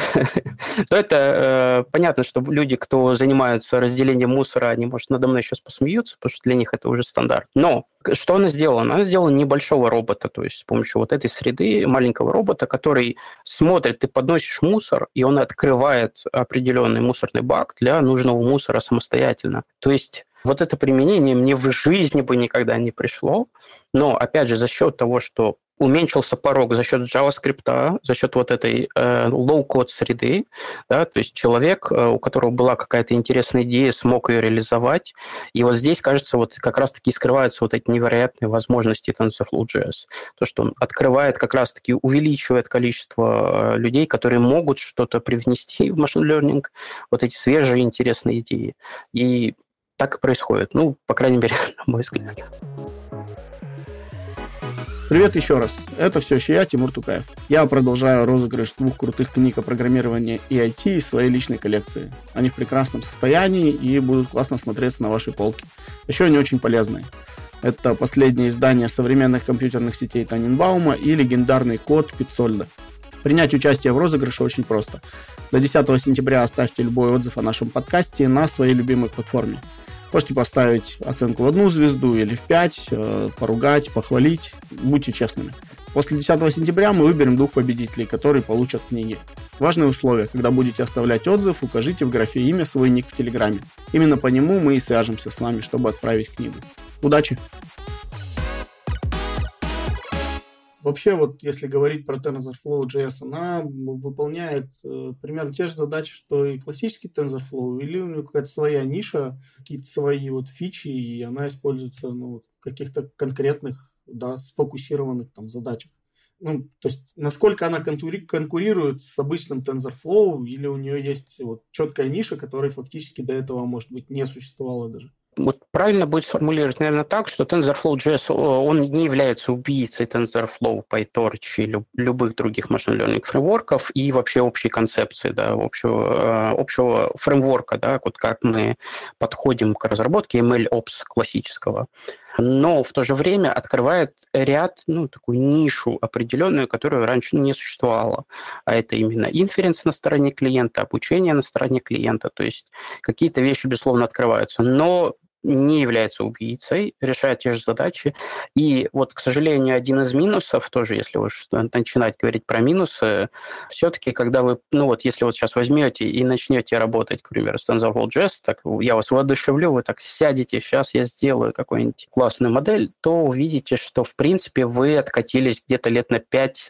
это понятно, что люди, кто занимаются разделением мусора, они, может, надо мной сейчас посмеются, потому что для них это уже стандарт. Но что она сделала? Она сделала небольшого робота, то есть с помощью вот этой среды маленького робота, который смотрит, ты подносишь мусор, и он открывает определенный мусорный бак для нужного мусора самостоятельно. То есть вот это применение мне в жизни бы никогда не пришло, но, опять же, за счет того, что уменьшился порог за счет JavaScript, за счет вот этой low-code среды, да, то есть человек, у которого была какая-то интересная идея, смог ее реализовать, и вот здесь, кажется, вот как раз-таки скрываются вот эти невероятные возможности TensorFlow.js. То, что он открывает, как раз-таки увеличивает количество людей, которые могут что-то привнести в machine learning, вот эти свежие интересные идеи. И так и происходит. Ну, по крайней мере, на мой взгляд. Привет еще раз. Это все еще я, Тимур Тукаев. Я продолжаю розыгрыш 2 крутых книг о программировании и IT из своей личной коллекции. Они в прекрасном состоянии и будут классно смотреться на вашей полке. Еще они очень полезные. Это последнее издание современных компьютерных сетей Таненбаума и легендарный код Пиццольда. Принять участие в розыгрыше очень просто. До 10 сентября оставьте любой отзыв о нашем подкасте на своей любимой платформе. Можете поставить оценку в 1 звезду или в 5, поругать, похвалить. Будьте честными. После 10 сентября мы выберем 2 победителей, которые получат книги. Важное условие: когда будете оставлять отзыв, укажите в графе имя свой ник в Телеграме. Именно по нему мы и свяжемся с вами, чтобы отправить книгу. Удачи! Вообще, вот если говорить про TensorFlow.js, она выполняет примерно те же задачи, что и классический TensorFlow, или у нее какая-то своя ниша, какие-то свои вот фичи, и она используется в каких-то конкретных, да, сфокусированных там задачах. Ну, то есть, насколько она конкурирует с обычным TensorFlow, или у нее есть вот четкая ниша, которая фактически до этого, может быть, не существовала даже. Вот правильно будет сформулировать, наверное, так, что TensorFlow.js, он не является убийцей TensorFlow, PyTorch и любых других machine learning фреймворков и вообще общей концепции, да, общего фреймворка, да, вот как мы подходим к разработке MLOps классического. Но в то же время открывает ряд, такую нишу определенную, которую раньше не существовало. А это именно инференс на стороне клиента, обучение на стороне клиента. То есть какие-то вещи, безусловно, открываются. Но не является убийцей, решает те же задачи. И вот, к сожалению, один из минусов, тоже если уж начинать говорить про минусы, все-таки, когда вы, если вот сейчас возьмете и начнете работать, к примеру, с TensorFlow.js, так я вас воодушевлю, вы так сядете, сейчас я сделаю какую-нибудь классную модель, то увидите, что, в принципе, вы откатились где-то лет на 5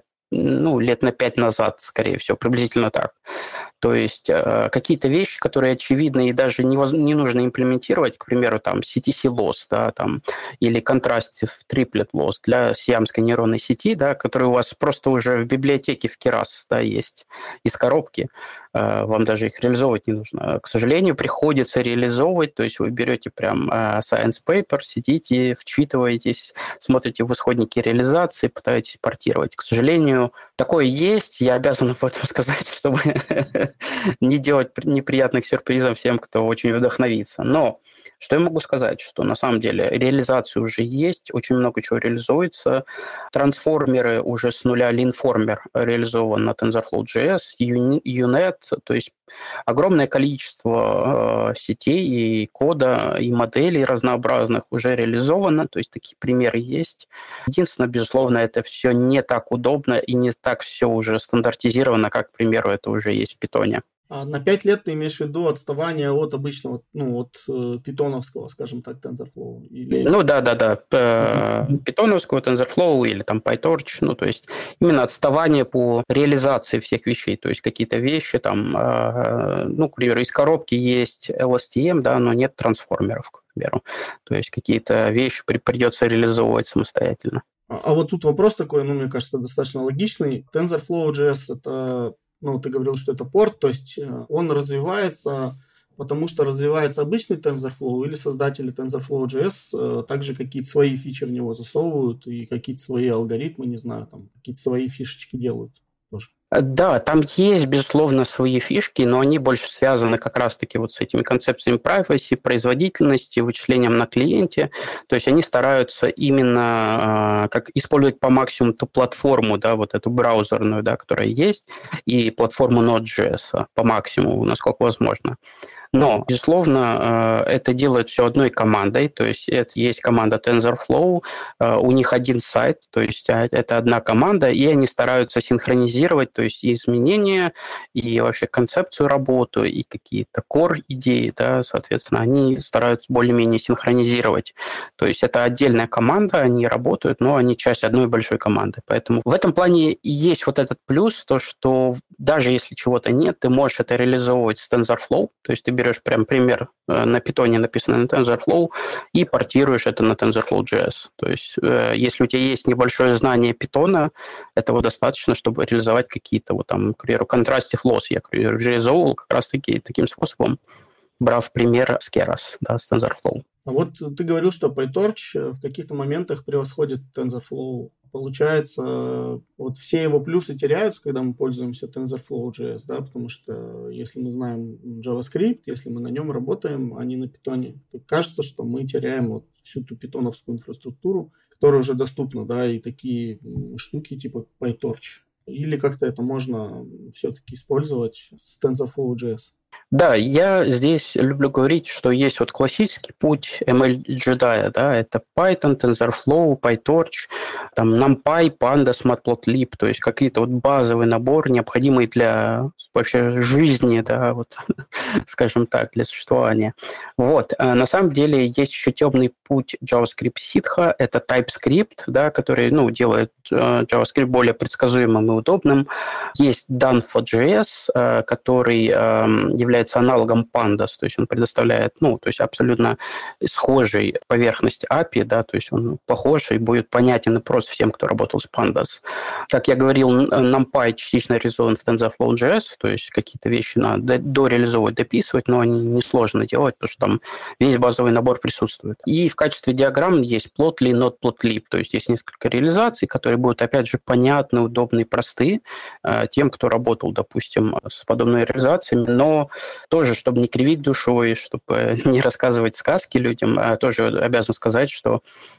назад, скорее всего, приблизительно так. То есть какие-то вещи, которые очевидны и даже не нужно имплементировать, к примеру, там CTC loss, да, там, или Contrastive Triplet loss для сиамской нейронной сети, да, которые у вас просто уже в библиотеке в Keras, да, есть из коробки, вам даже их реализовывать не нужно. К сожалению, приходится реализовывать, то есть вы берете прям science paper, сидите, вчитываетесь, смотрите в исходники реализации, пытаетесь портировать. К сожалению, такое есть, я обязан об этом сказать, чтобы не делать неприятных сюрпризов всем, кто очень вдохновится. Но что я могу сказать, что на самом деле реализация уже есть, очень много чего реализуется. Трансформеры уже с нуля, Linformer реализован на TensorFlow.js, UNet, то есть огромное количество сетей и кода, и моделей разнообразных уже реализовано, то есть такие примеры есть. Единственное, безусловно, это все не так удобно и не так все уже стандартизировано, как, к примеру, это уже есть в Python. А на 5 лет ты имеешь в виду отставание от обычного, от питоновского, скажем так, TensorFlow? Или... Питоновского TensorFlow или там PyTorch, то есть именно отставание по реализации всех вещей, то есть какие-то вещи там, к примеру, из коробки есть LSTM, да, но нет трансформеров, к примеру, то есть какие-то вещи придется реализовывать самостоятельно. А вот тут вопрос такой, мне кажется, достаточно логичный. TensorFlow.js – это... ты говорил, что это порт, то есть он развивается, потому что развивается обычный TensorFlow, или создатели TensorFlow.js также какие-то свои фичи в него засовывают и какие-то свои алгоритмы, не знаю, там какие-то свои фишечки делают тоже. Да, там есть, безусловно, свои фишки, но они больше связаны как раз-таки вот с этими концепциями privacy, производительности, вычислением на клиенте. То есть они стараются именно как использовать по максимуму ту платформу, да, вот эту браузерную, да, которая есть, и платформу Node.js по максимуму, насколько возможно. Но, безусловно, это делают все одной командой, то есть это есть команда TensorFlow, у них один сайт, то есть это одна команда, и они стараются синхронизировать, то есть и изменения, и вообще концепцию работы, и какие-то core-идеи, да, соответственно, они стараются более-менее синхронизировать. То есть это отдельная команда, они работают, но они часть одной большой команды. Поэтому в этом плане есть вот этот плюс, то, что даже если чего-то нет, ты можешь это реализовывать с TensorFlow, то есть ты берешь прям пример на Python, написанный на TensorFlow, и портируешь это на TensorFlow.js. То есть если у тебя есть небольшое знание Python, этого достаточно, чтобы реализовать какие-то, вот там, к примеру, Contrastive loss я реализовывал как раз-таки таким способом, брав пример с Keras, да, с TensorFlow. А вот ты говорил, что PyTorch в каких-то моментах превосходит TensorFlow. Получается, вот все его плюсы теряются, когда мы пользуемся TensorFlow.js, да, потому что если мы знаем JavaScript, если мы на нем работаем, а не на Python, то кажется, что мы теряем вот всю ту питоновскую инфраструктуру, которая уже доступна, да, и такие штуки типа PyTorch. Или как-то это можно все-таки использовать с TensorFlow.js? Да, я здесь люблю говорить, что есть вот классический путь ML-джедая, да, это Python, TensorFlow, PyTorch, там NumPy, Pandas, Matplotlib, то есть какие-то вот базовый набор, необходимый для вообще жизни, да, вот, скажем так, для существования. Вот, на самом деле есть еще темный путь JavaScript ситха, это TypeScript, да, который, делает JavaScript более предсказуемым и удобным. Есть Done4.js, который является аналогом Pandas, то есть он предоставляет, то есть абсолютно схожий поверхность API, да, то есть он похож и будет понятен и прост всем, кто работал с Pandas. Как я говорил, NumPy частично реализован в TensorFlow.js, то есть какие-то вещи надо дореализовывать, дописывать, но они несложно делать, потому что там весь базовый набор присутствует. И в качестве диаграмм есть Plotly, Not-Plotlib, то есть есть несколько реализаций, которые будут, опять же, понятны, удобны и просты тем, кто работал, допустим, с подобными реализациями, но тоже, чтобы не кривить душой, чтобы не рассказывать сказки людям, тоже обязан сказать, что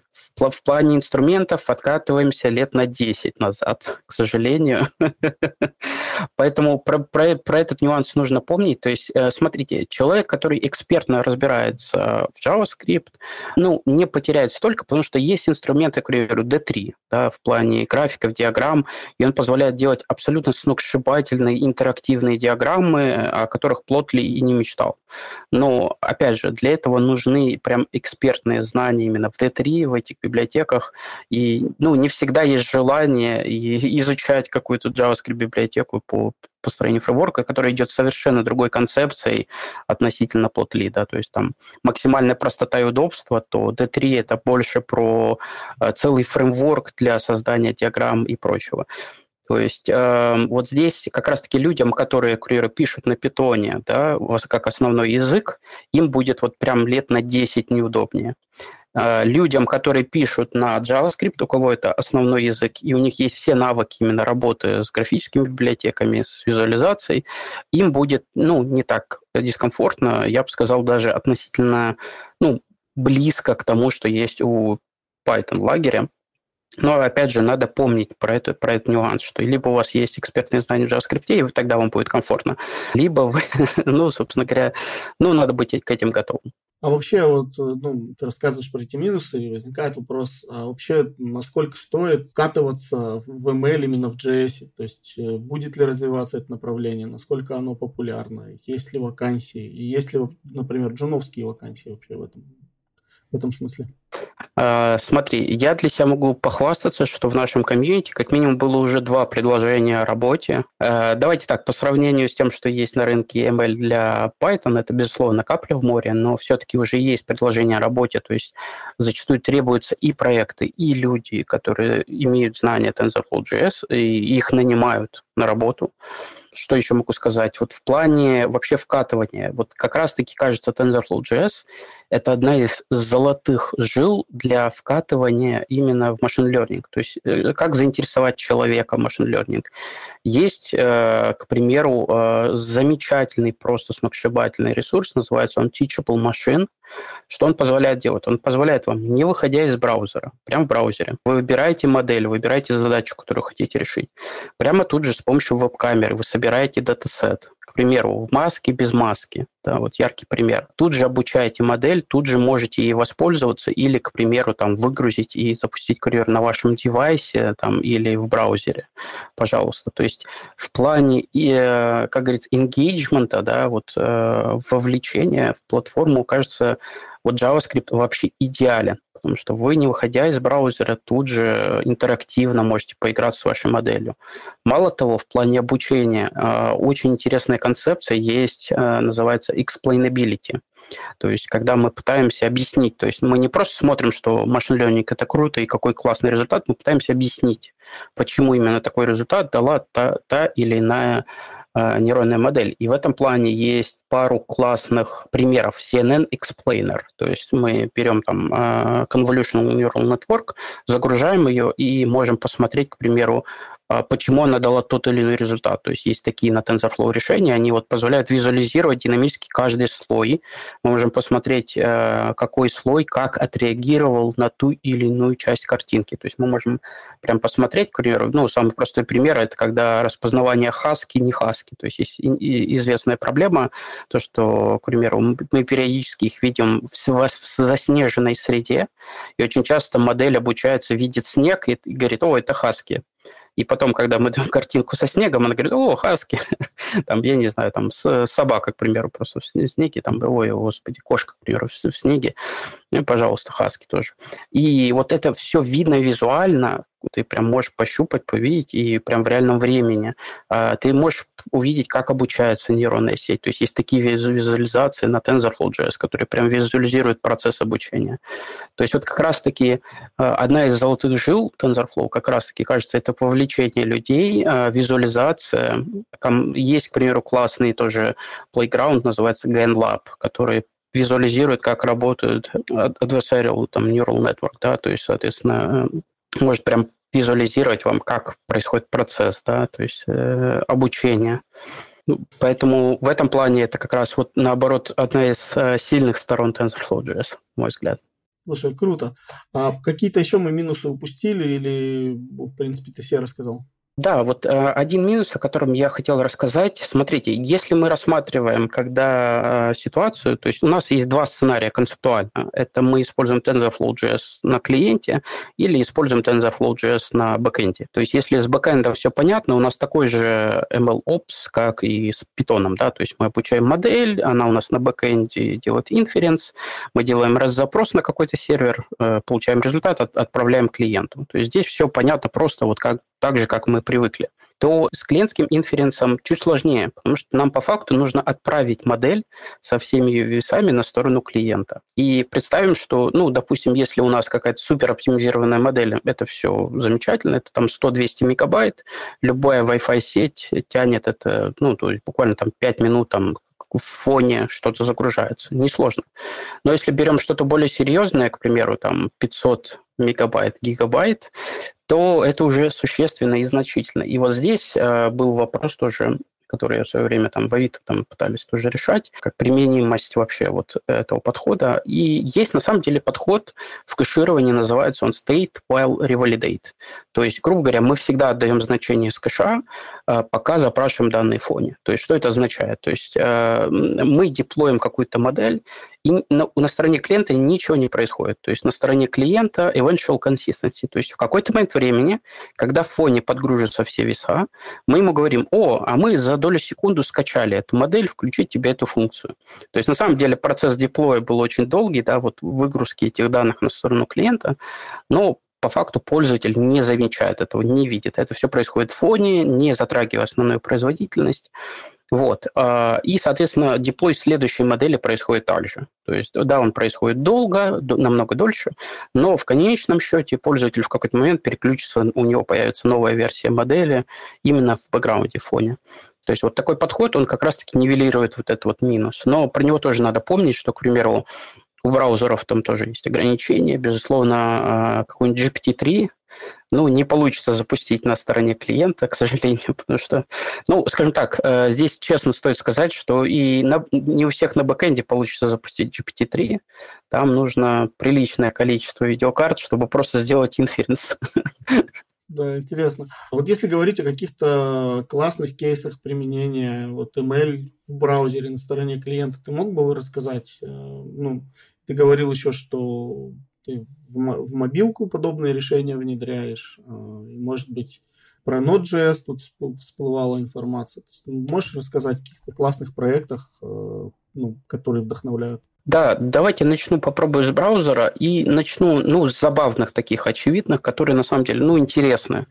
в плане инструментов откатываемся лет на 10 назад, к сожалению. Поэтому про этот нюанс нужно помнить. То есть, смотрите, человек, который экспертно разбирается в JavaScript, не потеряет столько, потому что есть инструменты, к примеру, D3, да, в плане графиков, диаграмм, и он позволяет делать абсолютно сногсшибательные интерактивные диаграммы, о которых Plotly и не мечтал. Но, опять же, для этого нужны прям экспертные знания именно в D3, в этих библиотеках, и не всегда есть желание изучать какую-то JavaScript-библиотеку по построению фреймворка, которая идет совершенно другой концепцией относительно Plotly, да, то есть там максимальная простота и удобство, то D3 это больше про целый фреймворк для создания диаграмм и прочего. То есть вот здесь как раз-таки людям, которые, к примеру, пишут на питоне, да, как основной язык, им будет вот прям лет на 10 неудобнее. Людям, которые пишут на JavaScript, у кого это основной язык, и у них есть все навыки именно работы с графическими библиотеками, с визуализацией, им будет, не так дискомфортно, я бы сказал, даже относительно, близко к тому, что есть у Python-лагеря. Но, опять же, надо помнить про этот нюанс, что либо у вас есть экспертные знания в JavaScript, и тогда вам будет комфортно, либо вы, собственно говоря, надо быть к этим готовым. А вообще, ты рассказываешь про эти минусы, и возникает вопрос, а вообще, насколько стоит вкатываться в ML именно в JS? То есть, будет ли развиваться это направление, насколько оно популярно, есть ли вакансии, и есть ли, например, джуновские вакансии вообще в этом смысле? Смотри, я для себя могу похвастаться, что в нашем комьюнити как минимум было уже 2 предложения о работе. Давайте так, по сравнению с тем, что есть на рынке ML для Python, это, безусловно, капля в море, но все-таки уже есть предложения о работе, то есть зачастую требуются и проекты, и люди, которые имеют знания TensorFlow.js, и их нанимают на работу. Что еще могу сказать? Вот в плане вообще вкатывания, вот как раз-таки, кажется, TensorFlow.js – это одна из золотых жил для вкатывания именно в машин learning. То есть как заинтересовать человека в машин learning? Есть, к примеру, замечательный, просто сногсшибательный ресурс, называется он Teachable Machine. Что он позволяет делать? Он позволяет вам, не выходя из браузера, прямо в браузере, вы выбираете модель, выбираете задачу, которую хотите решить. Прямо тут же с помощью веб-камеры вы собираете датасет. К примеру, в маске, без маски. Да, вот яркий пример. Тут же обучаете модель, тут же можете ей воспользоваться или, к примеру, там, выгрузить и запустить курьер на вашем девайсе там, или в браузере, пожалуйста. То есть в плане, как говорится, engagement, да, вовлечения в платформу, кажется, вот JavaScript вообще идеален, потому что вы, не выходя из браузера, тут же интерактивно можете поиграть с вашей моделью. Мало того, в плане обучения очень интересная концепция есть, называется explainability. То есть, когда мы пытаемся объяснить, то есть мы не просто смотрим, что машин learning это круто и какой классный результат, мы пытаемся объяснить, почему именно такой результат дала та или иная нейронная модель. И в этом плане есть пару классных примеров. CNN Explainer. То есть мы берем там Convolutional Neural Network, загружаем ее и можем посмотреть, к примеру, почему она дала тот или иной результат. То есть есть такие на TensorFlow решения, они позволяют визуализировать динамически каждый слой. Мы можем посмотреть, какой слой как отреагировал на ту или иную часть картинки. То есть мы можем прям посмотреть, к примеру, самый простой пример – это когда распознавание хаски, не хаски. То есть есть известная проблема, то, что, к примеру, мы периодически их видим в заснеженной среде, и очень часто модель обучается, видит снег и говорит: «О, это хаски». И потом, когда мы даем картинку со снегом, она говорит: «О, хаски». Там, я не знаю, там собака, к примеру, просто в снеге, там, ой, господи, кошка, к примеру, в снеге. Пожалуйста, хаски тоже. И вот это все видно визуально, ты прям можешь пощупать, повидеть, и прям в реальном времени. Ты можешь увидеть, как обучается нейронная сеть. То есть есть такие визуализации на TensorFlow.js, которые прям визуализируют процесс обучения. То есть вот как раз-таки одна из золотых жил TensorFlow, как раз-таки, кажется, это вовлечение людей, визуализация. Есть, к примеру, классный тоже playground, называется GANLab, который визуализирует, как работает adversarial neural network, да, то есть, соответственно, может прям визуализировать вам, как происходит процесс, да, то есть обучение. Поэтому в этом плане это как раз наоборот одна из сильных сторон TensorFlow.js, на мой взгляд. Слушай, круто. А какие-то еще мы минусы упустили или, в принципе, ты все рассказал? Да, вот один минус, о котором я хотел рассказать. Смотрите, если мы рассматриваем когда ситуацию, то есть у нас есть два сценария концептуально. Это мы используем TensorFlow.js на клиенте или используем TensorFlow.js на бэкэнде. То есть если с бэкэндом все понятно, у нас такой же MLOps, как и с Python. Да? То есть мы обучаем модель, она у нас на бэкэнде делает inference, мы делаем REST-запрос на какой-то сервер, получаем результат, отправляем клиенту. То есть здесь все понятно просто вот как так же, как мы привыкли, то с клиентским инференсом чуть сложнее, потому что нам по факту нужно отправить модель со всеми ее весами на сторону клиента. И представим, что, ну, допустим, если у нас какая-то супер оптимизированная модель, это все замечательно, это там 100-200 мегабайт, любая Wi-Fi сеть тянет это, ну, то есть буквально там 5 минут там в фоне что-то загружается. Несложно. Но если берем что-то более серьезное, к примеру, там 500 мегабайт, гигабайт, то это уже существенно и значительно. И вот здесь был вопрос тоже, который в свое время там в Авито там пытались тоже решать, как применимость вообще вот этого подхода. И есть на самом деле подход в кэшировании, называется он state while revalidate. То есть, грубо говоря, мы всегда отдаем значение с кэша, пока запрашиваем данные в фоне. То есть, что это означает? То есть, мы деплоим какую-то модель, и на стороне клиента ничего не происходит. То есть на стороне клиента eventual consistency. То есть в какой-то момент времени, когда в фоне подгружатся все веса, мы ему говорим: а мы за долю секунды скачали эту модель, включить тебе эту функцию. То есть на самом деле процесс деплоя был очень долгий, да, вот выгрузки этих данных на сторону клиента, но по факту пользователь не замечает этого, не видит. Это все происходит в фоне, не затрагивая основную производительность. Вот. И, соответственно, деплой следующей модели происходит так же. То есть, да, он происходит долго, намного дольше, но в конечном счете пользователь в какой-то момент переключится, у него появится новая версия модели именно в бэкграунде, в фоне. То есть вот такой подход, он как раз-таки нивелирует вот этот вот минус. Но про него тоже надо помнить, что, к примеру, у браузеров там тоже есть ограничения. Безусловно, какой-нибудь GPT-3 не получится запустить на стороне клиента, к сожалению, потому что, скажем так, здесь честно стоит сказать, что и не у всех на бэкэнде получится запустить GPT-3. Там нужно приличное количество видеокарт, чтобы просто сделать инференс. Да, интересно. Вот если говорить о каких-то классных кейсах применения вот ML в браузере на стороне клиента, ты мог бы рассказать? Ты говорил еще, что ты в мобилку подобные решения внедряешь. Может быть, про Node.js тут всплывала информация. То есть, можешь рассказать о каких-то классных проектах, которые вдохновляют? Да, давайте попробую с браузера и начну, с забавных таких очевидных, которые на самом деле, интересны.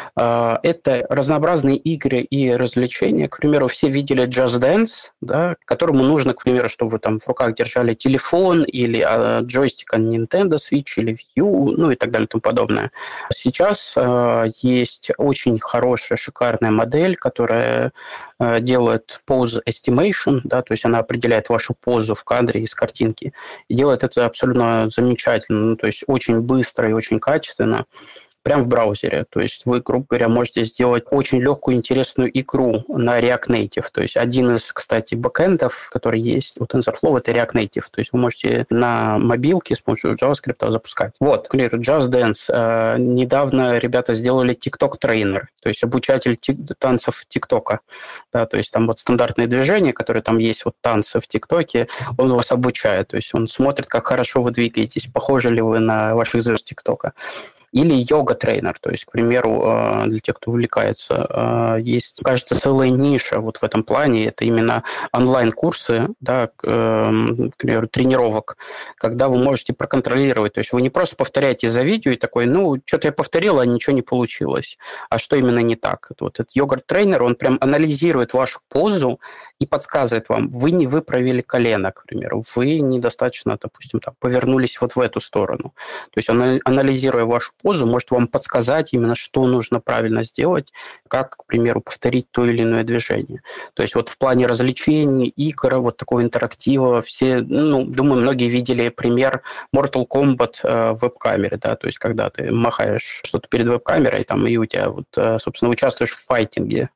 Это разнообразные игры и развлечения. К примеру, все видели Just Dance, да, которому нужно, к примеру, чтобы вы там в руках держали телефон или джойстик от Nintendo Switch или Wii U, и так далее и тому подобное. Сейчас есть очень хорошая, шикарная модель, которая делает pose estimation, да, то есть она определяет вашу позу в кадре из картинки и делает это абсолютно замечательно, то есть очень быстро и очень качественно, прямо в браузере. То есть вы, грубо говоря, можете сделать очень легкую, интересную игру на React Native. То есть один из, кстати, бэкэндов, который есть у TensorFlow, это React Native. То есть вы можете на мобилке с помощью JavaScript запускать. Вот, к примеру, Just Dance. Недавно ребята сделали TikTok Trainer, то есть обучатель танцев ТикТока. Да, то есть там вот стандартные движения, которые там есть, вот танцы в ТикТоке, он вас обучает. То есть он смотрит, как хорошо вы двигаетесь, похожи ли вы на ваших звезд ТикТока. Или йога-тренер, то есть, к примеру, для тех, кто увлекается, есть, кажется, целая ниша вот в этом плане, это именно онлайн-курсы, да, к примеру, тренировок, когда вы можете проконтролировать, то есть вы не просто повторяете за видео и такой, что-то я повторил, а ничего не получилось, а что именно не так. Вот этот йога-тренер, он прям анализирует вашу позу и подсказывает вам, вы не выправили колено, к примеру, вы недостаточно, допустим, повернулись вот в эту сторону. То есть он, анализируя вашу позу, может вам подсказать именно, что нужно правильно сделать, как, к примеру, повторить то или иное движение. То есть вот в плане развлечений, игр, вот такого интерактива, все, думаю, многие видели пример Mortal Kombat в веб-камере, да, то есть когда ты махаешь что-то перед веб-камерой, и у тебя, вот, собственно, участвуешь в файтинге.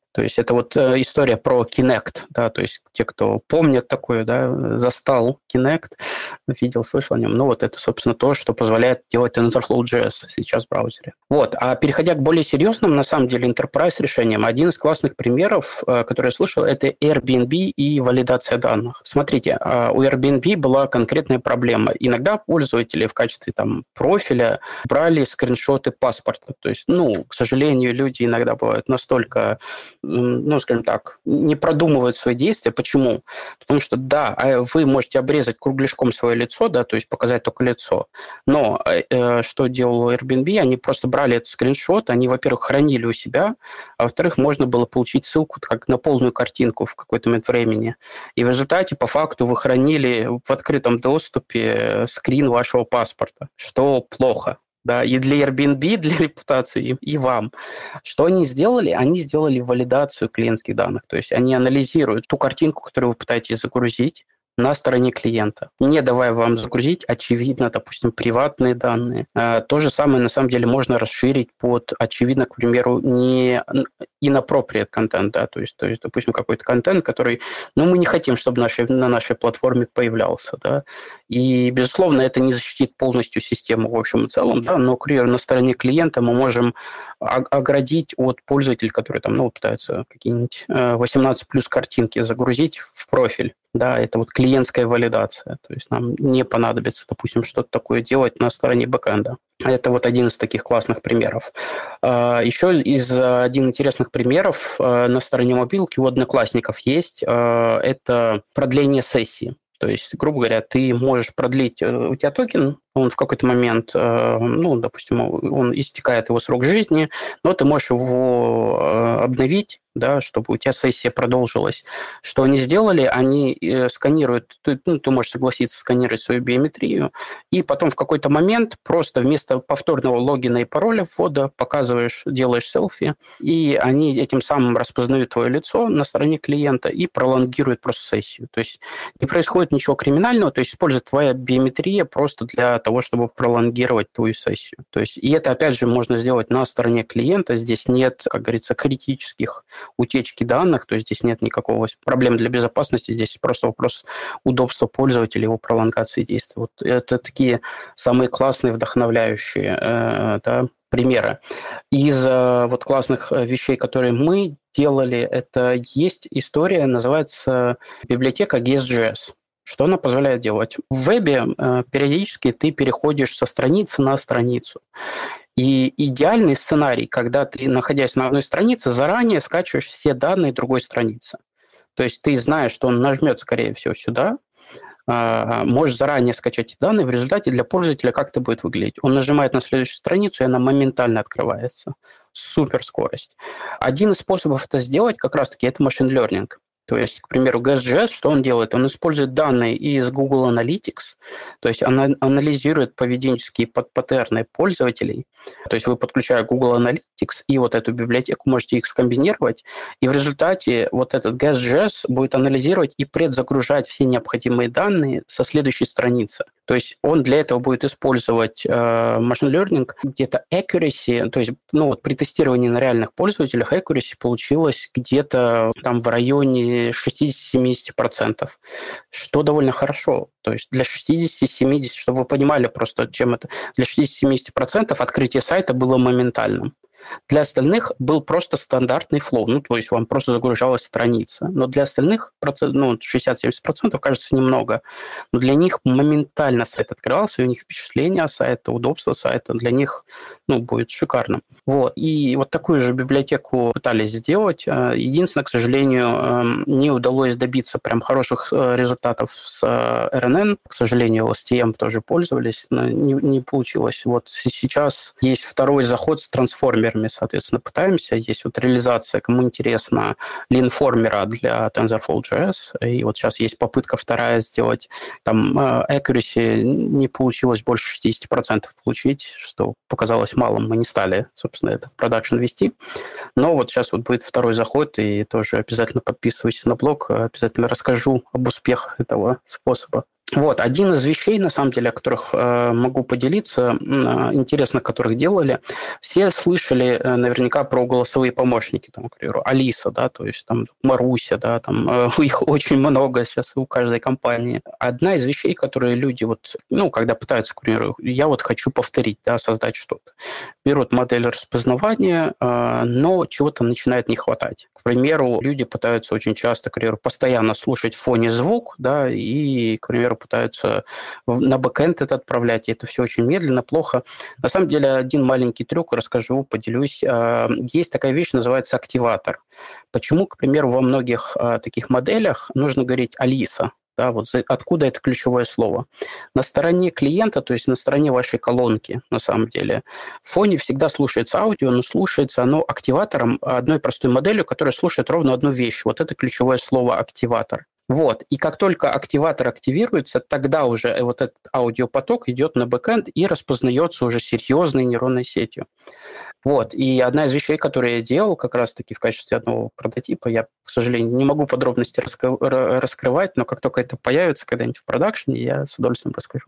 То есть это вот история про Kinect, да, то есть те, кто помнит такое, да, застал Kinect, видел, слышал о нем, ну вот это, собственно, то, что позволяет делать TensorFlow.js сейчас в браузере. Вот, а переходя к более серьезным, на самом деле, enterprise решениям, один из классных примеров, который я слышал, это Airbnb и валидация данных. Смотрите, у Airbnb была конкретная проблема. Иногда пользователи в качестве там профиля брали скриншоты паспорта. То есть, ну, к сожалению, люди иногда бывают настолько, ну, скажем так, не продумывают свои действия. Почему? Потому что, да, вы можете обрезать кругляшком свое лицо, да, то есть показать только лицо, но что делал Airbnb, они просто брали этот скриншот, они, во-первых, хранили у себя, а во-вторых, можно было получить ссылку как на полную картинку в какой-то момент времени. И в результате, по факту, вы хранили в открытом доступе скрин вашего паспорта, что плохо. Да, и для Airbnb, для репутации, и вам. Что они сделали? Они сделали валидацию клиентских данных. То есть они анализируют ту картинку, которую вы пытаетесь загрузить, на стороне клиента, не давая вам загрузить, очевидно, допустим, приватные данные. То же самое, на самом деле, можно расширить под, очевидно, к примеру, не inappropriate контент, да, то есть, допустим, какой-то контент, который, ну, мы не хотим, чтобы на нашей платформе появлялся, да, и, безусловно, это не защитит полностью систему в общем и целом, да, но, к примеру, на стороне клиента мы можем оградить от пользователей, которые там, ну, пытаются какие-нибудь 18 плюс картинки загрузить в профиль. Да, это вот клиентская валидация. То есть нам не понадобится, допустим, что-то такое делать на стороне бэкэнда. Это вот один из таких классных примеров. Еще один интересных примеров на стороне мобилки у одноклассников есть. Это продление сессии. То есть, грубо говоря, ты можешь продлить, у тебя токен, он в какой-то момент, ну, допустим, он истекает его срок жизни, но ты можешь его обновить, да, чтобы у тебя сессия продолжилась. Что они сделали? Они сканируют, ты можешь согласиться сканировать свою биометрию, и потом в какой-то момент просто вместо повторного логина и пароля ввода показываешь, делаешь селфи, и они этим самым распознают твое лицо на стороне клиента и пролонгируют просто сессию. То есть не происходит ничего криминального, то есть использует твоя биометрия просто для того, чтобы пролонгировать твою сессию. То есть, и это, опять же, можно сделать на стороне клиента. Здесь нет, как говорится, критических утечки данных, то есть здесь нет никакого проблем для безопасности, здесь просто вопрос удобства пользователя, его пролонгации действия. Вот это такие самые классные, вдохновляющие да, примеры. Из вот классных вещей, которые мы делали, это есть история, называется библиотека Guess.js. Что она позволяет делать? В вебе периодически ты переходишь со страницы на страницу. И идеальный сценарий, когда ты, находясь на одной странице, заранее скачиваешь все данные другой страницы. То есть ты знаешь, что он нажмет, скорее всего, сюда, можешь заранее скачать эти данные, в результате для пользователя как это будет выглядеть. Он нажимает на следующую страницу, и она моментально открывается. Супер скорость. Один из способов это сделать как раз-таки это machine learning. То есть, к примеру, Guess.js, что он делает? Он использует данные из Google Analytics, то есть анализирует поведенческие паттерны пользователей. То есть вы, подключая Google Analytics и вот эту библиотеку, можете их скомбинировать, и в результате вот этот Guess.js будет анализировать и предзагружать все необходимые данные со следующей страницы. То есть он для этого будет использовать machine learning, где-то accuracy, то есть ну, вот при тестировании на реальных пользователях accuracy получилось где-то там в районе 60-70%, что довольно хорошо. То есть для 60-70%, чтобы вы понимали просто, чем это, для 60-70% открытие сайта было моментальным. Для остальных был просто стандартный флоу, ну, то есть вам просто загружалась страница. Но для остальных, ну, 60-70% кажется немного, но для них моментально сайт открывался, и у них впечатление о сайте, удобство сайта для них, ну, будет шикарным. Вот. И вот такую же библиотеку пытались сделать. Единственное, к сожалению, не удалось добиться прям хороших результатов с RNN. К сожалению, LSTM тоже пользовались, но не получилось. Вот сейчас есть второй заход с трансформером, соответственно, пытаемся. Есть вот реализация, кому интересно, линформера для TensorFlow.js. И вот сейчас есть попытка вторая сделать. Там accuracy не получилось больше 60% получить, что показалось малым. Мы не стали, собственно, это в продакшн вести. Но вот сейчас вот будет второй заход, и тоже обязательно подписывайтесь на блог, обязательно расскажу об успехах этого способа. Вот, один из вещей, на самом деле, о которых могу поделиться, интересных, которых делали, все слышали наверняка про голосовые помощники, там, к примеру, Алиса, да, то есть там Маруся, да, там их очень много сейчас у каждой компании. Одна из вещей, которые люди вот, ну, когда пытаются, к примеру, я вот хочу повторить, да, создать что-то, берут модель распознавания, но чего-то начинает не хватать. К примеру, люди пытаются очень часто, к примеру, постоянно слушать в фоне звук, да, и, к примеру, пытаются на бэкэнд это отправлять, и это все очень медленно, плохо. На самом деле, один маленький трюк расскажу, поделюсь. Есть такая вещь, называется активатор. Почему, к примеру, во многих таких моделях нужно говорить «Алиса»? Да, вот откуда это ключевое слово. На стороне клиента, то есть на стороне вашей колонки, на самом деле, в фоне всегда слушается аудио, но слушается оно активатором, одной простой моделью, которая слушает ровно одну вещь. Вот это ключевое слово «активатор». Вот. И как только активатор активируется, тогда уже вот этот аудиопоток идет на бэкэнд и распознается уже серьезной нейронной сетью. Вот. И одна из вещей, которые я делал как раз-таки в качестве одного прототипа, я, к сожалению, не могу подробности раскрывать, но как только это появится когда-нибудь в продакшене, я с удовольствием расскажу.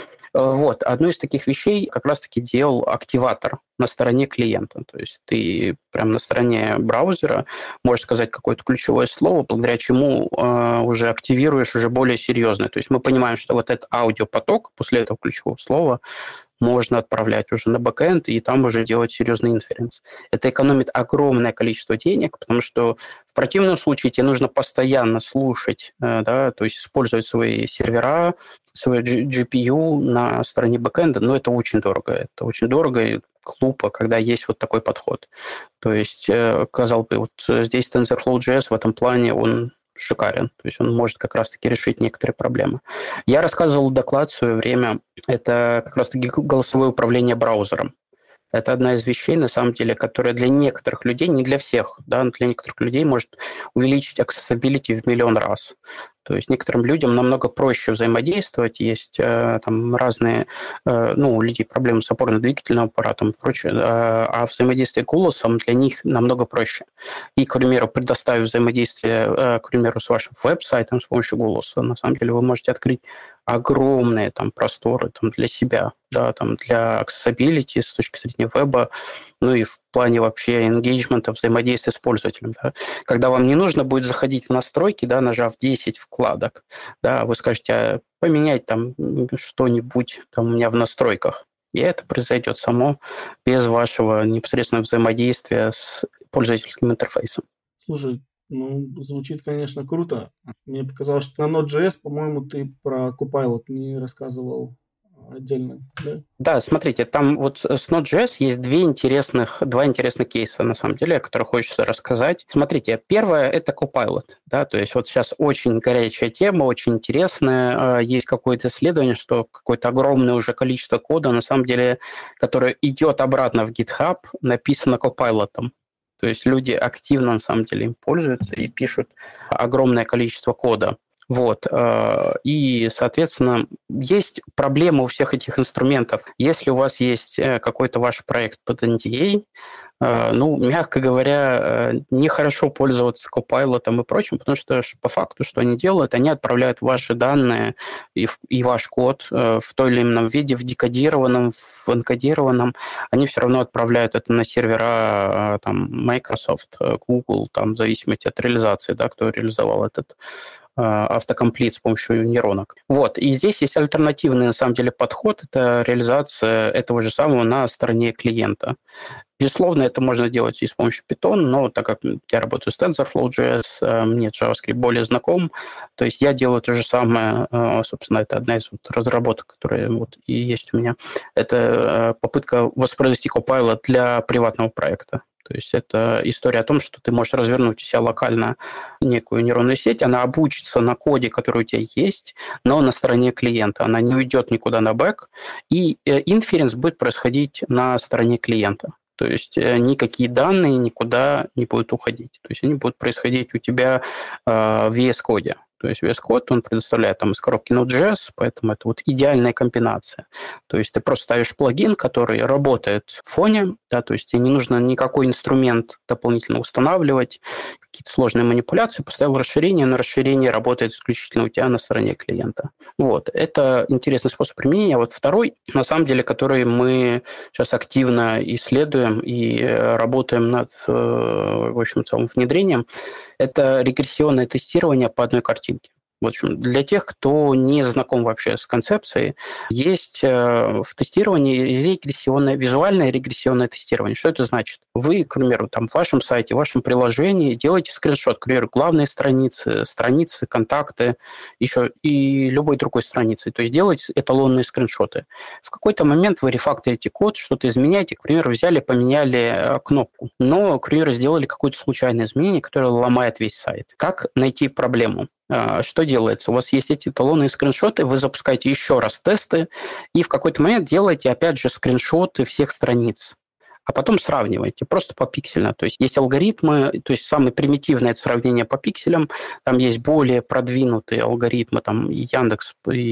Вот. Одну из таких вещей как раз-таки делал активатор на стороне клиента. То есть ты прямо на стороне браузера можешь сказать какое-то ключевое слово, благодаря чему уже активируешь уже более серьезное. То есть мы понимаем, что вот этот аудиопоток после этого ключевого слова можно отправлять уже на бэкэнд и там уже делать серьезный инференс. Это экономит огромное количество денег, потому что в противном случае тебе нужно постоянно слушать, да, то есть использовать свои сервера, свою GPU на стороне бэкэнда, но это очень дорого. Это очень дорого и глупо, когда есть вот такой подход. То есть, казалось бы, вот здесь TensorFlow.js в этом плане, он шикарен. То есть он может как раз-таки решить некоторые проблемы. Я рассказывал доклад в свое время. Это как раз-таки голосовое управление браузером. Это одна из вещей, на самом деле, которая для некоторых людей, не для всех, да, но для некоторых людей может увеличить accessibility в миллион раз. То есть некоторым людям намного проще взаимодействовать. Есть там разные, у людей проблемы с опорно-двигательным аппаратом и прочее, а взаимодействие голосом для них намного проще. И, к примеру, предоставив взаимодействие, к примеру, с вашим веб-сайтом с помощью голоса, на самом деле вы можете открыть огромные там просторы там, для себя, да, там, для accessibility с точки зрения веба, ну и в плане вообще engagement, взаимодействия с пользователем. Да. Когда вам не нужно будет заходить в настройки, да, нажав 10 вкладок, да, вы скажете, поменять там что-нибудь там у меня в настройках, и это произойдет само без вашего непосредственного взаимодействия с пользовательским интерфейсом. Слушай, звучит, конечно, круто. Мне показалось, что на Node.js, по-моему, ты про Copilot не рассказывал отдельно, да? Да, смотрите, там вот с Node.js есть два интересных кейса, на самом деле, о которых хочется рассказать. Смотрите, первое – это Copilot, да, то есть вот сейчас очень горячая тема, очень интересная. Есть какое-то исследование, что какое-то огромное уже количество кода, на самом деле, которое идет обратно в GitHub, написано Copilot. То есть люди активно, на самом деле, им пользуются и пишут огромное количество кода. Вот. И, соответственно, есть проблема у всех этих инструментов. Если у вас есть какой-то ваш проект под NDA, мягко говоря, нехорошо пользоваться Copilot и прочим, потому что по факту, что они делают, они отправляют ваши данные и ваш код в той или ином виде, в декодированном, в энкодированном, они все равно отправляют это на сервера там, Microsoft, Google, там, в зависимости от реализации, да, кто реализовал этот автокомплит с помощью нейронок. Вот. И здесь есть альтернативный, на самом деле, подход. Это реализация этого же самого на стороне клиента. Безусловно, это можно делать и с помощью Python, но так как я работаю с TensorFlow.js, мне JavaScript более знаком, то есть я делаю то же самое, собственно, это одна из разработок, которые вот и есть у меня. Это попытка воспроизвести Copilot для приватного проекта. То есть это история о том, что ты можешь развернуть у себя локально некую нейронную сеть, она обучится на коде, который у тебя есть, но на стороне клиента. Она не уйдет никуда на бэк, и инференс будет происходить на стороне клиента. То есть никакие данные никуда не будут уходить. То есть они будут происходить у тебя в VS Code. То То есть VS Code, он предоставляет там из коробки Node.js, поэтому это вот идеальная комбинация. То есть ты просто ставишь плагин, который работает в фоне, да, то есть тебе не нужно никакой инструмент дополнительно устанавливать, какие-то сложные манипуляции, поставил расширение, но расширение работает исключительно у тебя на стороне клиента. Вот. Это интересный способ применения. Вот второй, на самом деле, который мы сейчас активно исследуем и работаем над, в общем, целым внедрением, это регрессионное тестирование по одной картинке. В общем, для тех, кто не знаком вообще с концепцией, есть в тестировании визуальное регрессионное тестирование. Что это значит? Вы, к примеру, там в вашем сайте, в вашем приложении делаете скриншот, к примеру, главные страницы, контакты, еще и любой другой страницы. То есть делаете эталонные скриншоты. В какой-то момент вы рефакторите код, что-то изменяете, к примеру, взяли, поменяли кнопку, но, к примеру, сделали какое-то случайное изменение, которое ломает весь сайт. Как найти проблему? Что делается? У вас есть эти эталонные скриншоты, вы запускаете еще раз тесты, и в какой-то момент делаете, опять же, скриншоты всех страниц. А потом сравниваете просто попиксельно. То есть есть алгоритмы, то есть самое примитивное это сравнение по пикселям, там есть более продвинутые алгоритмы, там и Яндекс,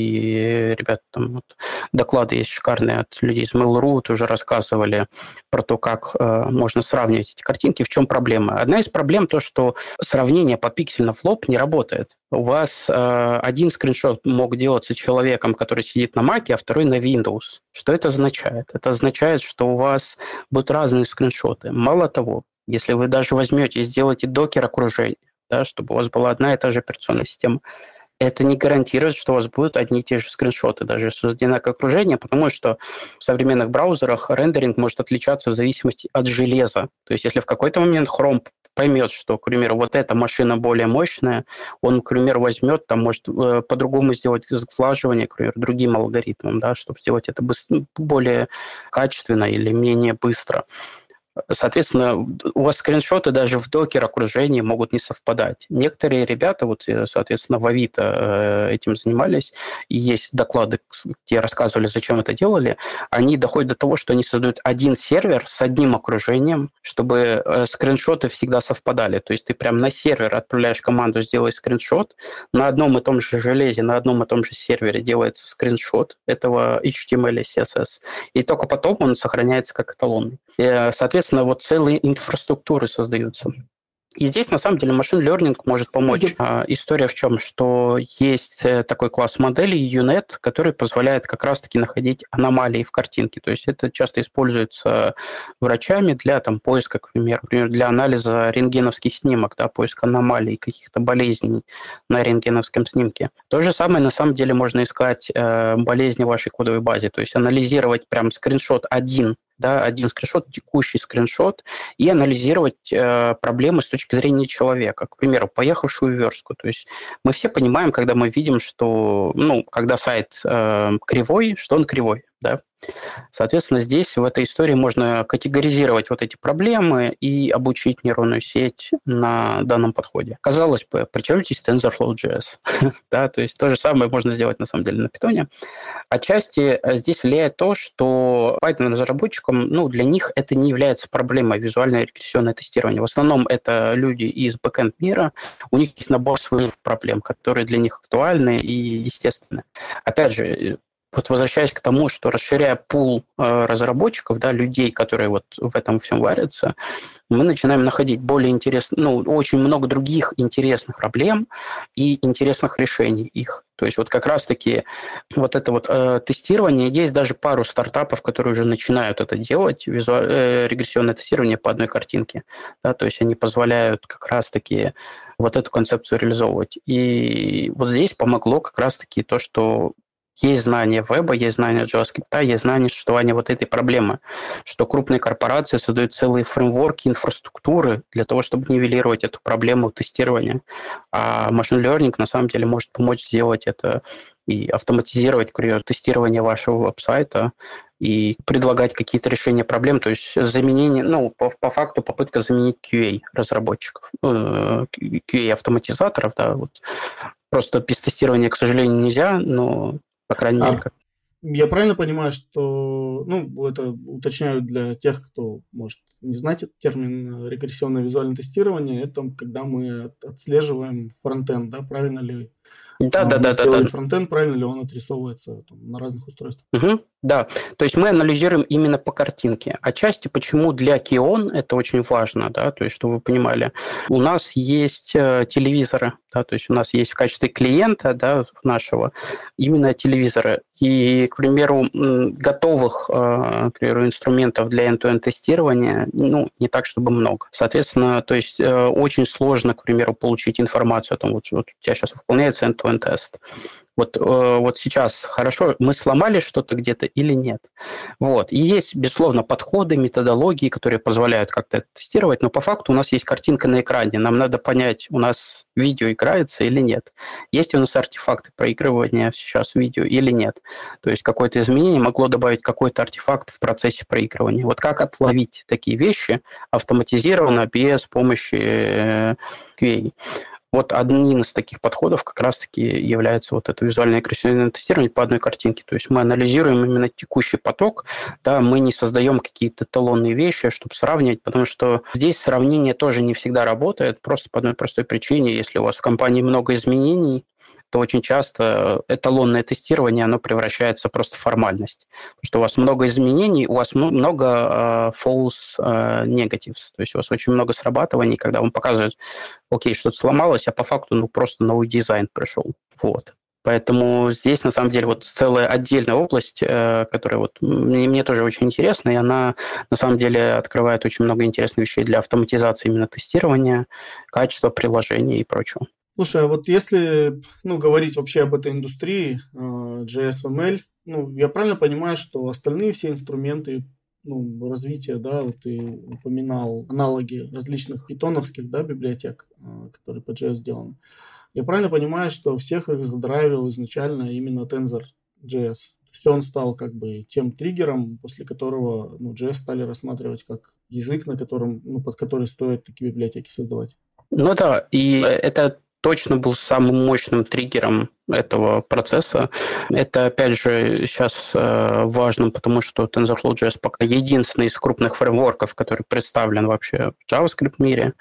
и ребята там вот, доклады есть шикарные от людей из Mail.ru, тоже рассказывали про то, как можно сравнивать эти картинки. В чем проблема? Одна из проблем то, что сравнение по пиксельно в лоб не работает. У вас один скриншот мог делаться человеком, который сидит на Mac, а второй на Windows. Что это означает? Это означает, что у вас будут разные скриншоты. Мало того, если вы даже возьмете и сделаете докер-окружение, да, чтобы у вас была одна и та же операционная система, это не гарантирует, что у вас будут одни и те же скриншоты, даже если одинаковое окружение, потому что в современных браузерах рендеринг может отличаться в зависимости от железа. То есть если в какой-то момент Chrome поймет, что, к примеру, вот эта машина более мощная, он, к примеру, возьмет, там, может по-другому сделать сглаживание, к примеру, другим алгоритмом, да, чтобы сделать это более качественно или менее быстро. Соответственно, у вас скриншоты даже в докер-окружении могут не совпадать. Некоторые ребята, вот, соответственно, в Авито этим занимались, и есть доклады, где рассказывали, зачем это делали, они доходят до того, что они создают один сервер с одним окружением, чтобы скриншоты всегда совпадали. То есть ты прям на сервер отправляешь команду «сделай скриншот», на одном и том же железе, на одном и том же сервере делается скриншот этого HTML и CSS, и только потом он сохраняется как эталонный. Соответственно, вот целые инфраструктуры создаются. И здесь, на самом деле, машин learning может помочь. История в чем? Что есть такой класс моделей UNet, который позволяет как раз-таки находить аномалии в картинке. То есть это часто используется врачами для там, поиска, к примеру, для анализа рентгеновский снимок, да, поиск аномалий, каких-то болезней на рентгеновском снимке. То же самое, на самом деле, можно искать болезни в вашей кодовой базе. То есть анализировать прям скриншот один скриншот, текущий скриншот, и анализировать проблемы с точки зрения человека. К примеру, поехавшую верстку. То есть мы все понимаем, когда мы видим, что, когда сайт кривой, что он кривой, да. Соответственно, здесь в этой истории можно категоризировать вот эти проблемы и обучить нейронную сеть на данном подходе. Казалось бы, при чем здесь TensorFlow.js? Да, то есть то же самое можно сделать на самом деле на Python. Отчасти здесь влияет то, что Python-разработчикам, для них это не является проблемой визуальное регрессионное тестирование. В основном это люди из бэкэнд мира, у них есть набор своих проблем, которые для них актуальны и естественны. Опять же, вот возвращаясь к тому, что расширяя пул разработчиков, да, людей, которые вот в этом всем варятся, мы начинаем находить более интересные, очень много других интересных проблем и интересных решений их. То есть вот как раз-таки вот это вот тестирование, есть даже пару стартапов, которые уже начинают это делать, регрессионное тестирование по одной картинке. Да, то есть они позволяют как раз-таки вот эту концепцию реализовывать. И вот здесь помогло как раз-таки то, что есть знание веба, есть знание JavaScript, есть знание существования вот этой проблемы, что крупные корпорации создают целые фреймворки, инфраструктуры для того, чтобы нивелировать эту проблему тестирования. А machine learning на самом деле может помочь сделать это и автоматизировать, к примеру, тестирование вашего веб-сайта и предлагать какие-то решения проблем, то есть заменение, по факту попытка заменить QA-разработчиков, QA-автоматизаторов, да, вот. Просто без тестирования, к сожалению, нельзя, но по крайней мере, как... Я правильно понимаю, что, ну, это уточняю для тех, кто может не знать этот термин регрессионное визуальное тестирование, это когда мы отслеживаем фронтенд, да, правильно ли Да, да, мы да, да, сделали да. фронтенд, правильно ли он отрисовывается там, на разных устройствах. Угу, да, то есть мы анализируем именно по картинке. Отчасти почему для Kion это очень важно, да, то есть чтобы вы понимали, у нас есть телевизоры, да, то есть у нас есть в качестве клиента, да, нашего именно телевизоры. И, к примеру, готовых, к примеру, инструментов для end-to-end тестирования, ну, не так, чтобы много. Соответственно, то есть очень сложно, к примеру, получить информацию о том, вот у тебя сейчас выполняется end-to-end тест. Вот сейчас хорошо, мы сломали что-то где-то или нет. Вот. И есть, безусловно, подходы, методологии, которые позволяют как-то это тестировать, но по факту у нас есть картинка на экране. Нам надо понять, у нас видео играется или нет. Есть у нас артефакты проигрывания сейчас видео или нет. То есть какое-то изменение могло добавить какой-то артефакт в процессе проигрывания. Вот как отловить такие вещи автоматизированно без помощи QA? Вот одним из таких подходов как раз-таки является вот это визуальное регрессионное тестирование по одной картинке. То есть мы анализируем именно текущий поток, да, мы не создаем какие-то эталонные вещи, чтобы сравнивать, потому что здесь сравнение тоже не всегда работает, просто по одной простой причине. Если у вас в компании много изменений, то очень часто эталонное тестирование, оно превращается просто в формальность. Потому что у вас много изменений, у вас много false negatives, то есть у вас очень много срабатываний, когда вам показывают, окей, что-то сломалось, а по факту ну, просто новый дизайн пришел. Вот. Поэтому здесь, на самом деле, вот целая отдельная область, которая вот мне тоже очень интересна, и она, на самом деле, открывает очень много интересных вещей для автоматизации именно тестирования, качества приложений и прочего. Слушай, а вот если говорить вообще об этой индустрии JS, ML, я правильно понимаю, что остальные все инструменты развития, да, вот ты упоминал аналоги различных питоновских, да, библиотек, которые по JS сделаны. Я правильно понимаю, что всех их задрайвил изначально именно Tensor.js? То есть он стал как бы тем триггером, после которого JS стали рассматривать как язык, на котором, под который стоит такие библиотеки создавать. Ну да, и это точно был самым мощным триггером этого процесса. Это, опять же, сейчас важно, потому что TensorFlow.js пока единственный из крупных фреймворков, который представлен вообще в JavaScript мире.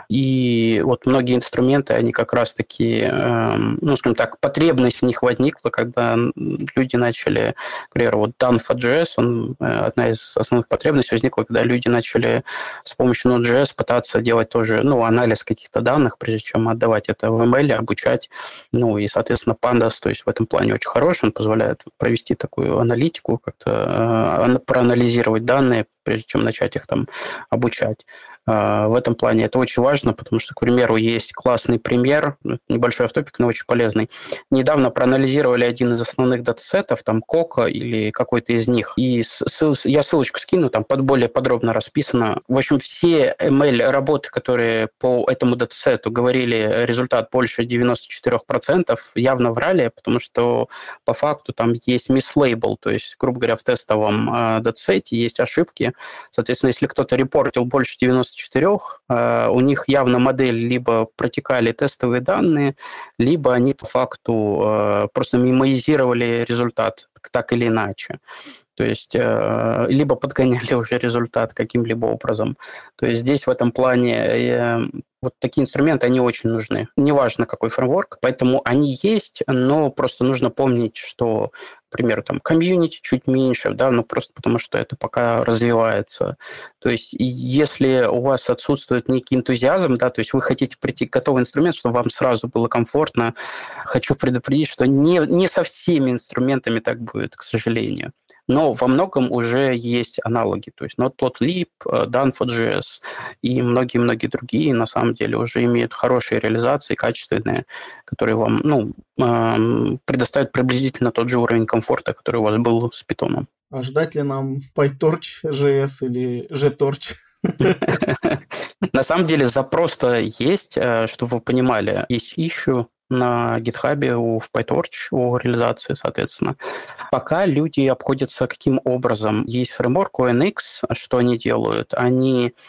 И вот многие инструменты, они как раз-таки, скажем так, потребность в них возникла, когда люди начали, например, вот Danfa.js, одна из основных потребностей возникла, когда люди начали с помощью Node.js пытаться делать тоже, анализ каких-то данных, прежде чем отдавать это в ML, обучать, и, соответственно, Pandas, то есть в этом плане очень хороший, он позволяет провести такую аналитику, как-то проанализировать данные, прежде чем начать их там обучать. В этом плане это очень важно, потому что, к примеру, есть классный пример, небольшой автопик, но очень полезный. Недавно проанализировали один из основных датасетов, там Кока или какой-то из них, и я ссылочку скину, там более подробно расписано. В общем, все ML-работы, которые по этому датасету говорили результат больше 94%, явно врали, потому что по факту там есть mislabel, то есть, грубо говоря, в тестовом датасете есть ошибки. Соответственно, если кто-то репортил больше 94, у них явно модель либо протекали тестовые данные, либо они по факту просто мемоизировали результат так или иначе. То есть либо подгоняли уже результат каким-либо образом. То есть здесь в этом плане вот такие инструменты, они очень нужны. Неважно, какой фреймворк, поэтому они есть, но просто нужно помнить, что, к примеру, там комьюнити чуть меньше, да, просто потому что это пока развивается. То есть если у вас отсутствует некий энтузиазм, да, то есть вы хотите прийти к готовый инструмент, чтобы вам сразу было комфортно, хочу предупредить, что не со всеми инструментами так будет, к сожалению. Но во многом уже есть аналоги. То есть Matplotlib, Danfa.js и многие-многие другие на самом деле уже имеют хорошие реализации, качественные, которые вам предоставят приблизительно тот же уровень комфорта, который у вас был с Python. А ждать ли нам PyTorch.js или JTorch? На самом деле запрос-то есть, чтобы вы понимали. Есть issue на GitHub в PyTorch о реализации, соответственно. Пока люди обходятся каким образом? Есть фреймворк ONX, что они делают? Они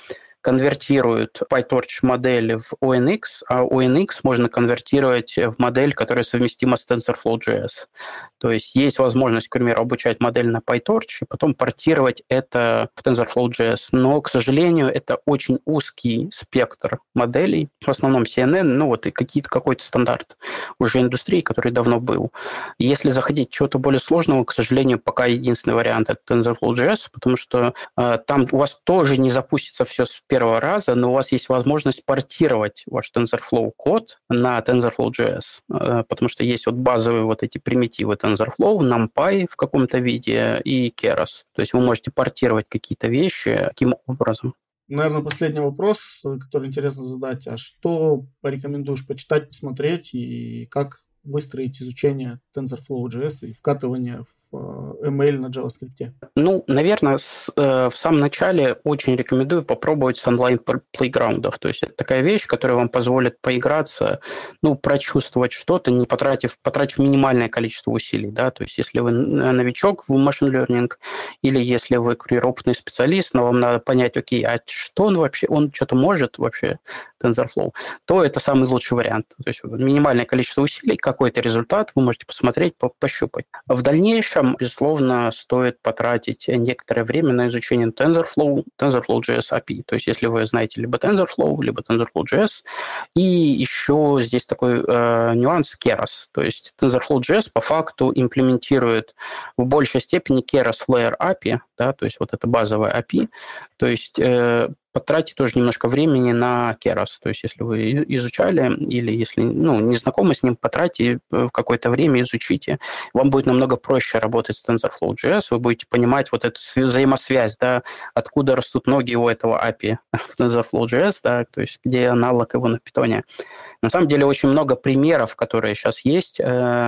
конвертирует PyTorch модели в ONX, а ONX можно конвертировать в модель, которая совместима с TensorFlow.js. То есть есть возможность, к примеру, обучать модель на PyTorch и потом портировать это в TensorFlow.js. Но, к сожалению, это очень узкий спектр моделей, в основном CNN, и какой-то стандарт уже индустрии, который давно был. Если заходить чего-то более сложного, к сожалению, пока единственный вариант – это TensorFlow.js, потому что там у вас тоже не запустится все с первого раза, но у вас есть возможность портировать ваш TensorFlow код на TensorFlow.js, потому что есть базовые эти примитивы TensorFlow, NumPy в каком-то виде и Keras. То есть вы можете портировать какие-то вещи таким образом. Наверное, последний вопрос, который интересно задать. А что порекомендуешь почитать, посмотреть и как выстроить изучение TensorFlow.js и вкатывание в ML на JavaScript? Наверное, в самом начале очень рекомендую попробовать с онлайн-плейграундов. То есть это такая вещь, которая вам позволит поиграться, прочувствовать что-то, не потратив минимальное количество усилий. Да? То есть если вы новичок в machine learning или если вы опытный специалист, но вам надо понять, окей, а что он вообще, он что-то может вообще, TensorFlow, то это самый лучший вариант. То есть минимальное количество усилий, какой-то результат вы можете посмотреть, пощупать. В дальнейшем, безусловно, стоит потратить некоторое время на изучение TensorFlow.js API. То есть если вы знаете либо TensorFlow, либо TensorFlow.js. И еще здесь такой нюанс Keras. То есть TensorFlow.js по факту имплементирует в большей степени Keras Layer API, да, то есть это базовая API. То есть потратьте тоже немножко времени на Keras. То есть если вы изучали или если не знакомы с ним, потратьте какое-то время, изучите. Вам будет намного проще работать с TensorFlow.js. Вы будете понимать эту взаимосвязь, да, откуда растут ноги у этого API в TensorFlow.js, да, то есть где аналог его на Python. На самом деле очень много примеров, которые сейчас есть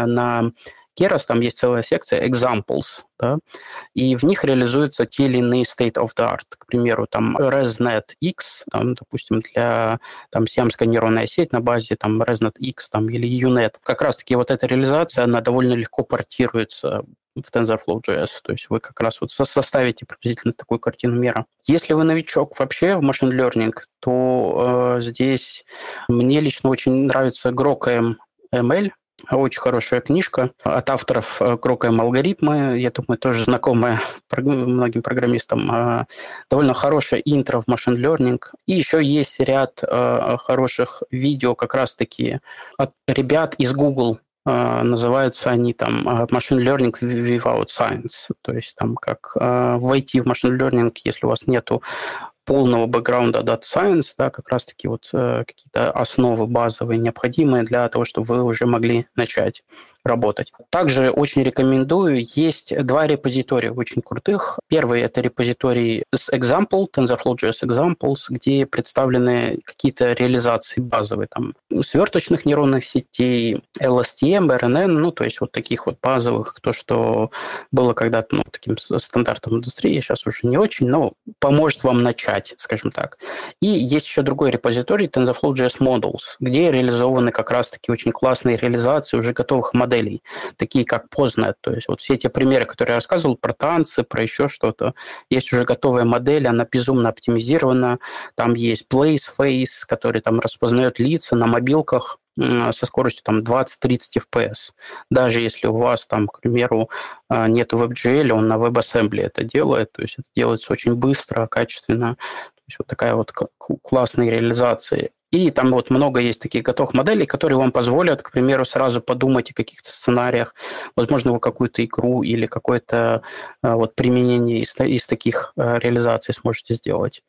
на Keras, там есть целая секция examples, да, и в них реализуются те или иные state of the art. К примеру, там ResNet X, допустим, для сиамская нейронная сеть на базе ResNet X или UNet. Как раз-таки эта реализация, она довольно легко портируется в TensorFlow.js, то есть вы как раз составите приблизительно такую картину мира. Если вы новичок вообще в machine learning, то здесь мне лично очень нравится GrokM ML, очень хорошая книжка от авторов GrokM алгоритмы. Я думаю, тоже знакомая многим программистам. Довольно хорошая интро в machine learning. И еще есть ряд хороших видео как раз-таки от ребят из Google. Называются они Machine Learning Without Science. То есть как войти в Machine Learning, если у вас нету полного бэкграунда Data Science, да, как раз-таки какие-то основы базовые, необходимые для того, чтобы вы уже могли начать работать. Также очень рекомендую, есть два репозитория очень крутых. Первый – это репозиторий с Example, TensorFlow.js Examples, где представлены какие-то реализации базовые, сверточных нейронных сетей, LSTM, RNN, то есть таких базовых, то, что было когда-то таким стандартом индустрии, сейчас уже не очень, но поможет вам начать, скажем так. И есть еще другой репозиторий, TensorFlow.js Models, где реализованы как раз-таки очень классные реализации уже готовых моделей, такие как POSNet. То есть все те примеры, которые я рассказывал про танцы, про еще что-то, есть уже готовая модель, она безумно оптимизирована. Там есть PlaceFace, который распознает лица на мобилках со скоростью 20-30 FPS. Даже если у вас к примеру, нет WebGL, он на WebAssembly это делает, то есть это делается очень быстро, качественно. То есть такая классная реализация. И там много есть таких готовых моделей, которые вам позволят, к примеру, сразу подумать о каких-то сценариях. Возможно, вы какую-то игру или какое-то применение из таких реализаций сможете сделать.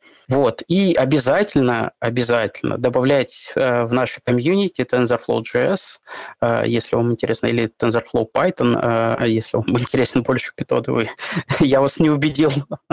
И обязательно добавляйте в наше комьюнити TensorFlow.js, если вам интересно, или TensorFlow Python, если вам интересен больше Python. Я вас не убедил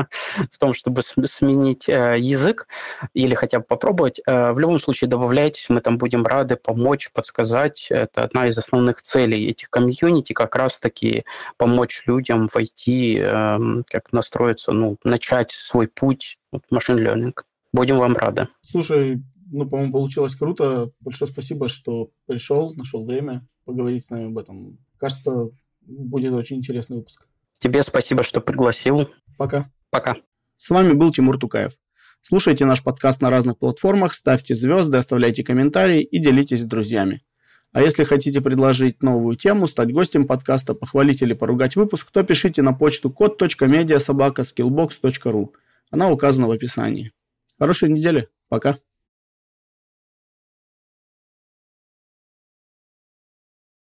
в том, чтобы сменить язык или хотя бы попробовать. В любом случае, добавляйтесь, мы будем рады помочь, подсказать. Это одна из основных целей этих комьюнити, как раз-таки помочь людям войти, как настроиться, начать свой путь в machine learning. Будем вам рады. Слушай, по-моему, получилось круто. Большое спасибо, что пришел, нашел время поговорить с нами об этом. Кажется, будет очень интересный выпуск. Тебе спасибо, что пригласил. Пока. Пока. С вами был Тимур Тукаев. Слушайте наш подкаст на разных платформах, ставьте звезды, оставляйте комментарии и делитесь с друзьями. А если хотите предложить новую тему, стать гостем подкаста, похвалить или поругать выпуск, то пишите на почту kod.media@skillbox.ru. Она указана в описании. Хорошей недели. Пока.